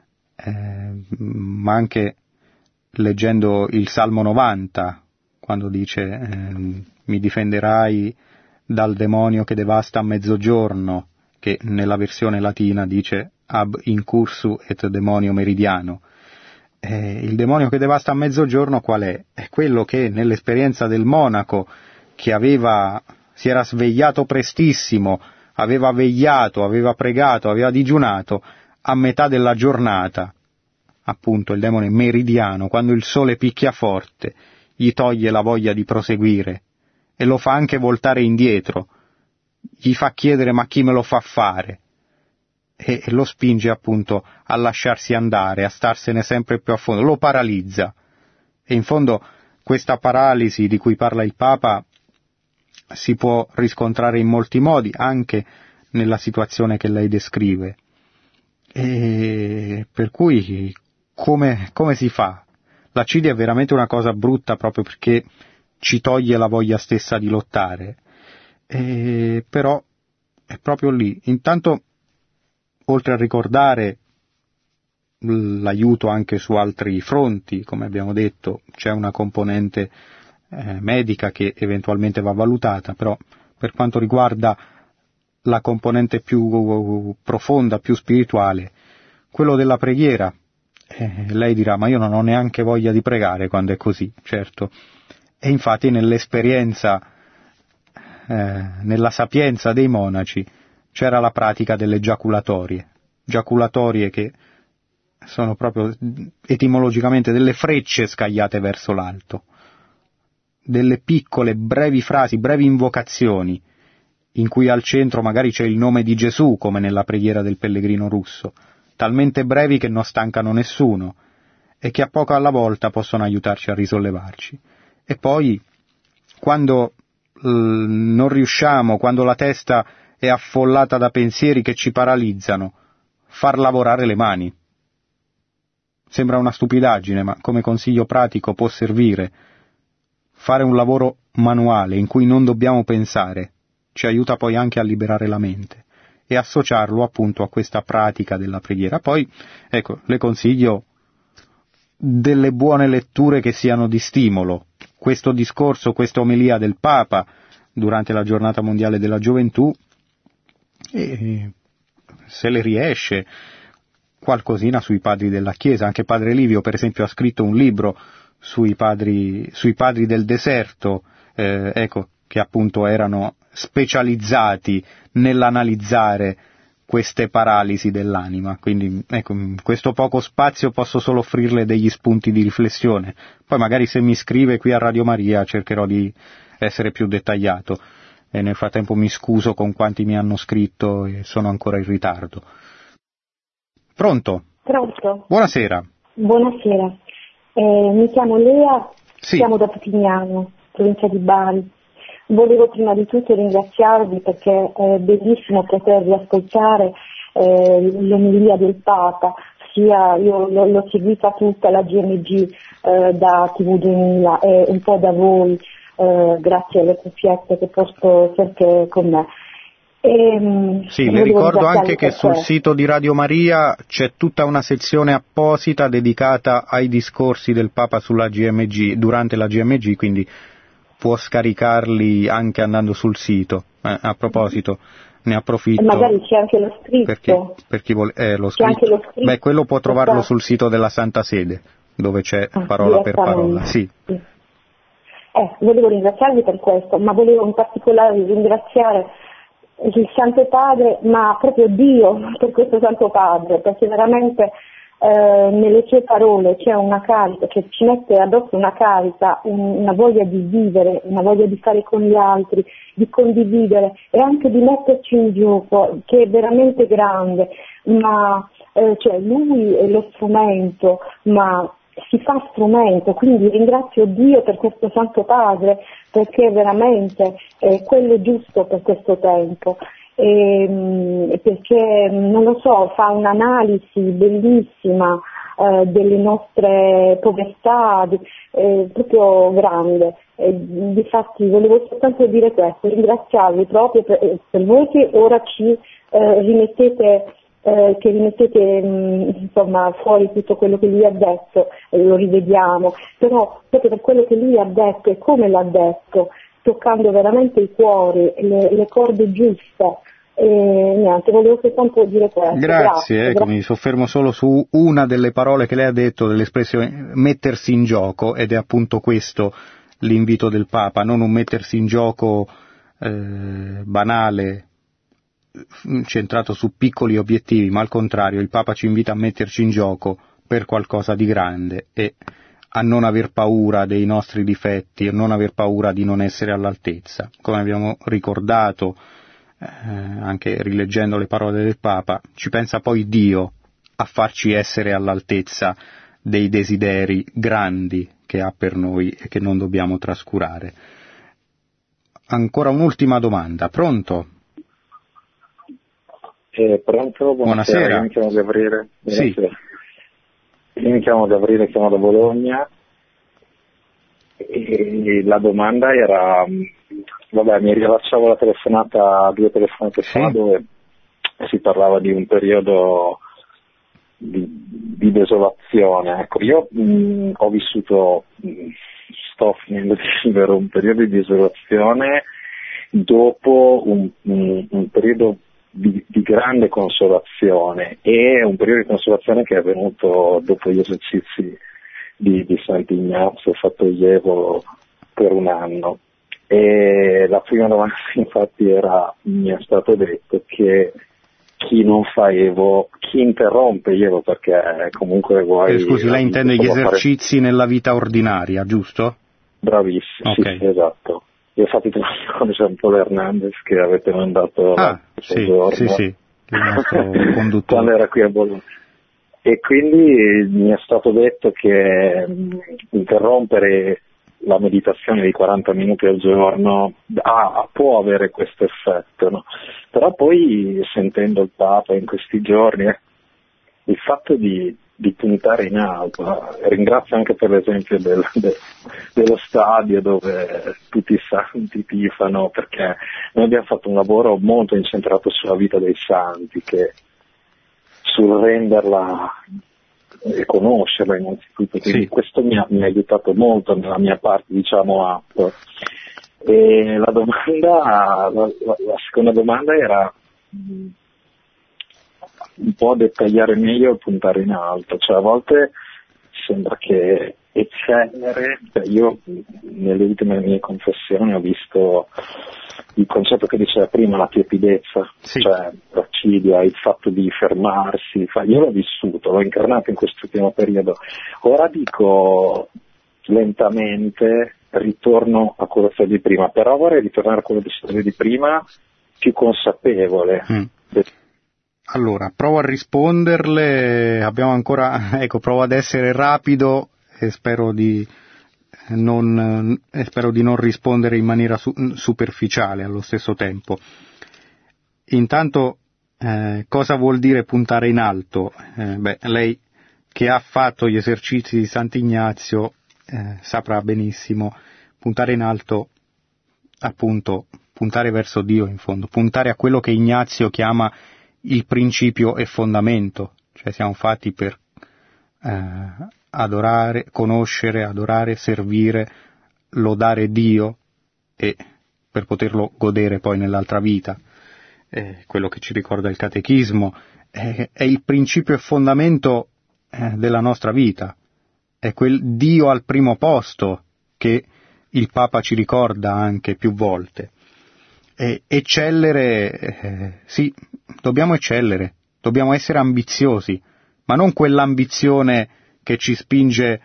ma anche leggendo il Salmo 90, quando dice mi difenderai dal demonio che devasta a mezzogiorno, che nella versione latina dice ab incursu et demonio meridiano. Il demonio che devasta a mezzogiorno qual è? È quello che nell'esperienza del monaco che si era svegliato prestissimo, aveva vegliato, aveva pregato, aveva digiunato, a metà della giornata, appunto il demone meridiano, quando il sole picchia forte, gli toglie la voglia di proseguire e lo fa anche voltare indietro, gli fa chiedere ma chi me lo fa fare, e lo spinge appunto a lasciarsi andare, a starsene sempre più a fondo, lo paralizza. E in fondo questa paralisi di cui parla il Papa si può riscontrare in molti modi, anche nella situazione che lei descrive. E per cui come si fa? L'accidia è veramente una cosa brutta proprio perché ci toglie la voglia stessa di lottare, però è proprio lì. Intanto, oltre a ricordare l'aiuto anche su altri fronti, come abbiamo detto, c'è una componente medica che eventualmente va valutata, però per quanto riguarda la componente più profonda, più spirituale, quello della preghiera, lei dirà ma io non ho neanche voglia di pregare quando è così, certo, e infatti nell'esperienza, nella sapienza dei monaci c'era la pratica delle giaculatorie che sono proprio etimologicamente delle frecce scagliate verso l'alto, delle piccole, brevi frasi, brevi invocazioni, in cui al centro magari c'è il nome di Gesù, come nella preghiera del pellegrino russo, talmente brevi che non stancano nessuno, e che a poco alla volta possono aiutarci a risollevarci. E poi, quando non riusciamo, quando la testa è affollata da pensieri che ci paralizzano, far lavorare le mani. Sembra una stupidaggine, ma come consiglio pratico può servire. Fare un lavoro manuale in cui non dobbiamo pensare ci aiuta poi anche a liberare la mente e associarlo appunto a questa pratica della preghiera. Poi, ecco, le consiglio delle buone letture che siano di stimolo. Questo discorso, questa omelia del Papa durante la Giornata Mondiale della Gioventù, e se le riesce, qualcosina sui padri della Chiesa. Anche Padre Livio, per esempio, ha scritto un libro sui padri del deserto, ecco, che appunto erano specializzati nell'analizzare queste paralisi dell'anima. Quindi ecco, in questo poco spazio posso solo offrirle degli spunti di riflessione. Poi magari se mi scrive qui a Radio Maria cercherò di essere più dettagliato, e nel frattempo mi scuso con quanti mi hanno scritto e sono ancora in ritardo. Pronto? Pronto? Buonasera. Buonasera, mi chiamo Lea, Sì. Siamo da Putignano, provincia di Bari. Volevo prima di tutto ringraziarvi perché è bellissimo poter riascoltare l'omelia del Papa, sia io l'ho seguita tutta la GMG da TV 2000 e un po' da voi, grazie alle cuffiette che porto sempre con me. Sì, le ricordo anche che sul sito di Radio Maria c'è tutta una sezione apposita dedicata ai discorsi del Papa sulla GMG, durante la GMG, quindi può scaricarli anche andando sul sito. A proposito, ne approfitto. E magari c'è anche lo scritto. Per chi vuole, lo c'è anche lo scritto. Beh, quello può trovarlo sul sito della Santa Sede, dove c'è parola per parola. Sì. Volevo ringraziarvi per questo, ma volevo in particolare ringraziare il Santo Padre, ma proprio Dio per questo Santo Padre, perché veramente nelle sue parole c'è una carica, che ci mette addosso una carica, una voglia di vivere, una voglia di stare con gli altri, di condividere e anche di metterci in gioco, che è veramente grande, ma cioè lui è lo strumento, ma si fa strumento, quindi ringrazio Dio per questo Santo Padre, perché veramente è quello giusto per questo tempo, perché non lo so, fa un'analisi bellissima delle nostre povertà, proprio grande. Difatti volevo soltanto dire questo, ringraziarvi proprio per voi che ora ci rimettete insomma fuori tutto quello che lui ha detto, lo rivediamo, però proprio per quello che lui ha detto e come l'ha detto, toccando veramente i cuori, le corde giuste. Niente, volevo soltanto dire questo. Grazie. Mi soffermo solo su una delle parole che lei ha detto, dell'espressione mettersi in gioco, ed è appunto questo l'invito del Papa, non un mettersi in gioco banale, centrato su piccoli obiettivi, ma al contrario il Papa ci invita a metterci in gioco per qualcosa di grande e a non aver paura dei nostri difetti, a non aver paura di non essere all'altezza. Come abbiamo ricordato anche rileggendo le parole del Papa, ci pensa poi Dio a farci essere all'altezza dei desideri grandi che ha per noi e che non dobbiamo trascurare. Ancora un'ultima domanda. Pronto? Pronto? Buonasera. Io mi chiamo Gabriele. Sì. Io mi chiamo Gabriele, chiamo da Bologna e la domanda era, mi riallacciavo la telefonata, 2 telefonate fa, dove si parlava di un periodo di desolazione. Ecco, io ho vissuto, sto finendo di vivere un periodo di desolazione dopo un periodo di grande consolazione, e un periodo di consolazione che è avvenuto dopo gli esercizi di Sant'Ignazio, ho fatto Ievo per 1 anno. E la prima domanda infatti mi è stato detto che chi non fa Evo, chi interrompe Evo, perché comunque vuoi... Scusi, lei intende gli esercizi nella vita ordinaria, giusto? Bravissimo, okay. Sì, esatto. Io ho fatto con Jean Paul Hernandez che avete mandato sì, il nostro conduttore. Quando era qui a Bologna. E quindi mi è stato detto che interrompere la meditazione di 40 minuti al giorno può avere questo effetto, no? Però poi, sentendo il Papa in questi giorni, il fatto di puntare in alto, ringrazio anche per l'esempio dello stadio dove tutti i santi tifano, perché noi abbiamo fatto un lavoro molto incentrato sulla vita dei santi, sul renderla e conoscerla innanzitutto, quindi questo mi ha aiutato molto nella mia parte, diciamo, app. E la seconda domanda era un po' dettagliare meglio e puntare in alto, cioè a volte sembra che eccellere. Io nelle ultime mie confessioni ho visto il concetto che diceva prima, la tiepidezza, sì. Cioè l'accidia, il fatto di fermarsi, io l'ho vissuto, l'ho incarnato in quest'ultimo periodo. Ora dico lentamente, ritorno a quello che facevo di prima, però vorrei ritornare a quello che facevo di prima più consapevole. Allora, provo a risponderle, abbiamo ancora, provo ad essere rapido e spero di non rispondere in maniera superficiale allo stesso tempo. Intanto, cosa vuol dire puntare in alto? Lei che ha fatto gli esercizi di Sant'Ignazio saprà benissimo, puntare in alto, appunto, puntare verso Dio in fondo, puntare a quello che Ignazio chiama il principio e fondamento, cioè siamo fatti per adorare, conoscere, adorare, servire, lodare Dio e per poterlo godere poi nell'altra vita. Quello che ci ricorda il catechismo è il principio e fondamento della nostra vita, è quel Dio al primo posto che il Papa ci ricorda anche più volte. Eccellere, sì, dobbiamo eccellere, dobbiamo essere ambiziosi, ma non quell'ambizione che ci spinge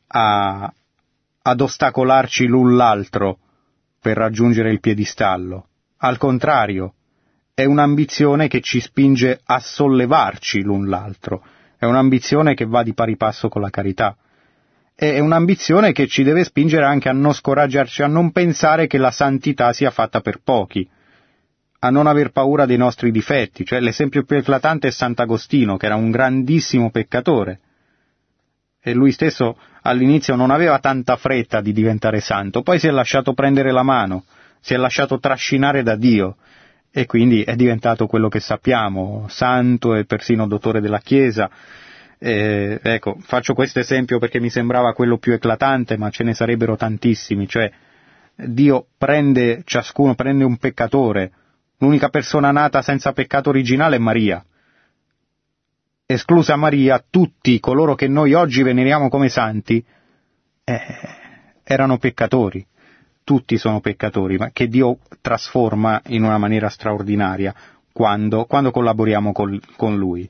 ad ostacolarci l'un l'altro per raggiungere il piedistallo. Al contrario, è un'ambizione che ci spinge a sollevarci l'un l'altro, è un'ambizione che va di pari passo con la carità. È un'ambizione che ci deve spingere anche a non scoraggiarci, a non pensare che la santità sia fatta per pochi, a non aver paura dei nostri difetti. Cioè, l'esempio più eclatante è Sant'Agostino, che era un grandissimo peccatore, e lui stesso all'inizio non aveva tanta fretta di diventare santo, poi si è lasciato prendere la mano, si è lasciato trascinare da Dio, e quindi è diventato quello che sappiamo, santo e persino dottore della Chiesa. Faccio questo esempio perché mi sembrava quello più eclatante, ma ce ne sarebbero tantissimi. Cioè, Dio prende un peccatore, l'unica persona nata senza peccato originale è Maria. Esclusa Maria, tutti coloro che noi oggi veneriamo come santi erano peccatori, tutti sono peccatori, ma che Dio trasforma in una maniera straordinaria quando collaboriamo con Lui.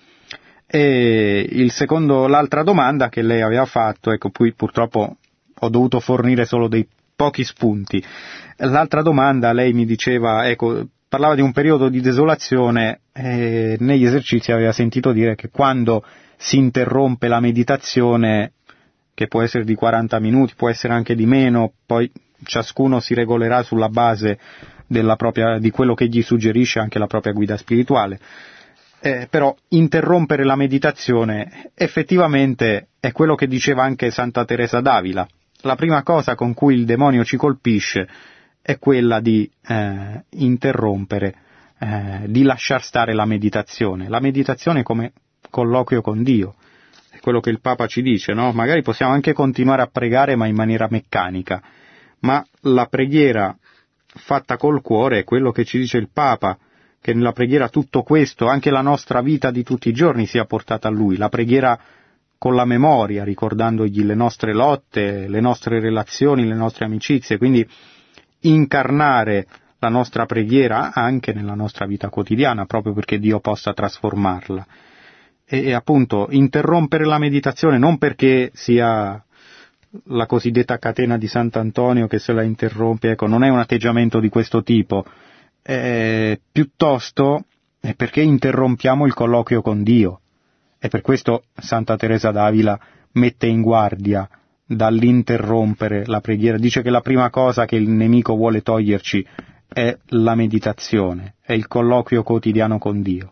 E l'altra domanda che lei aveva fatto, qui purtroppo ho dovuto fornire solo dei pochi spunti. L'altra domanda, lei mi diceva, parlava di un periodo di desolazione, e negli esercizi aveva sentito dire che quando si interrompe la meditazione, che può essere di 40 minuti, può essere anche di meno, poi ciascuno si regolerà sulla base di quello che gli suggerisce anche la propria guida spirituale. Però interrompere la meditazione effettivamente è quello che diceva anche Santa Teresa d'Avila. La prima cosa con cui il demonio ci colpisce è quella di interrompere, di lasciar stare la meditazione. La meditazione come colloquio con Dio, è quello che il Papa ci dice, no? Magari possiamo anche continuare a pregare ma in maniera meccanica, ma la preghiera fatta col cuore è quello che ci dice il Papa, che nella preghiera tutto questo, anche la nostra vita di tutti i giorni, sia portata a Lui. La preghiera con la memoria, ricordandogli le nostre lotte, le nostre relazioni, le nostre amicizie, quindi incarnare la nostra preghiera anche nella nostra vita quotidiana, proprio perché Dio possa trasformarla. E appunto interrompere la meditazione non perché sia la cosiddetta catena di Sant'Antonio che se la interrompe, non è un atteggiamento di questo tipo, piuttosto è perché interrompiamo il colloquio con Dio, e per questo Santa Teresa d'Avila mette in guardia dall'interrompere la preghiera. Dice che la prima cosa che il nemico vuole toglierci è la meditazione, è il colloquio quotidiano con Dio,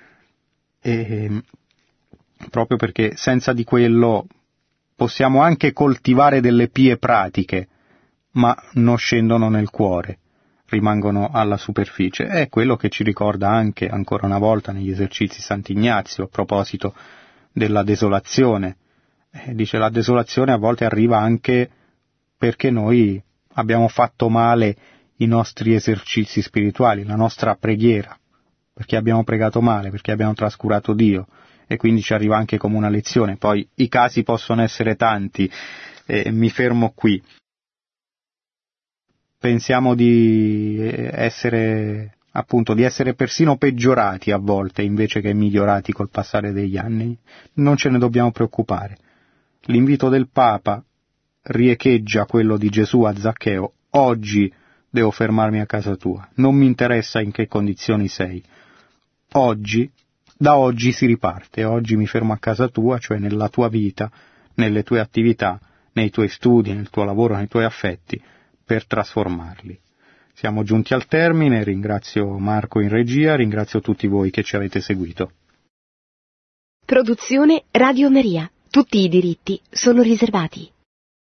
e proprio perché senza di quello possiamo anche coltivare delle pie pratiche, ma non scendono nel cuore, rimangono alla superficie. È quello che ci ricorda anche, ancora una volta, negli esercizi Sant'Ignazio, a proposito della desolazione. Dice, la desolazione a volte arriva anche perché noi abbiamo fatto male i nostri esercizi spirituali, la nostra preghiera, perché abbiamo pregato male, perché abbiamo trascurato Dio, e quindi ci arriva anche come una lezione. Poi i casi possono essere tanti, mi fermo qui. Pensiamo di essere persino peggiorati a volte invece che migliorati col passare degli anni. Non ce ne dobbiamo preoccupare. L'invito del Papa riecheggia quello di Gesù a Zaccheo: oggi devo fermarmi a casa tua, non mi interessa in che condizioni sei. Da oggi si riparte, oggi mi fermo a casa tua, cioè nella tua vita, nelle tue attività, nei tuoi studi, nel tuo lavoro, nei tuoi affetti, per trasformarli. Siamo giunti al termine, ringrazio Marco in regia, ringrazio tutti voi che ci avete seguito. Produzione Radio Maria. Tutti i diritti sono riservati.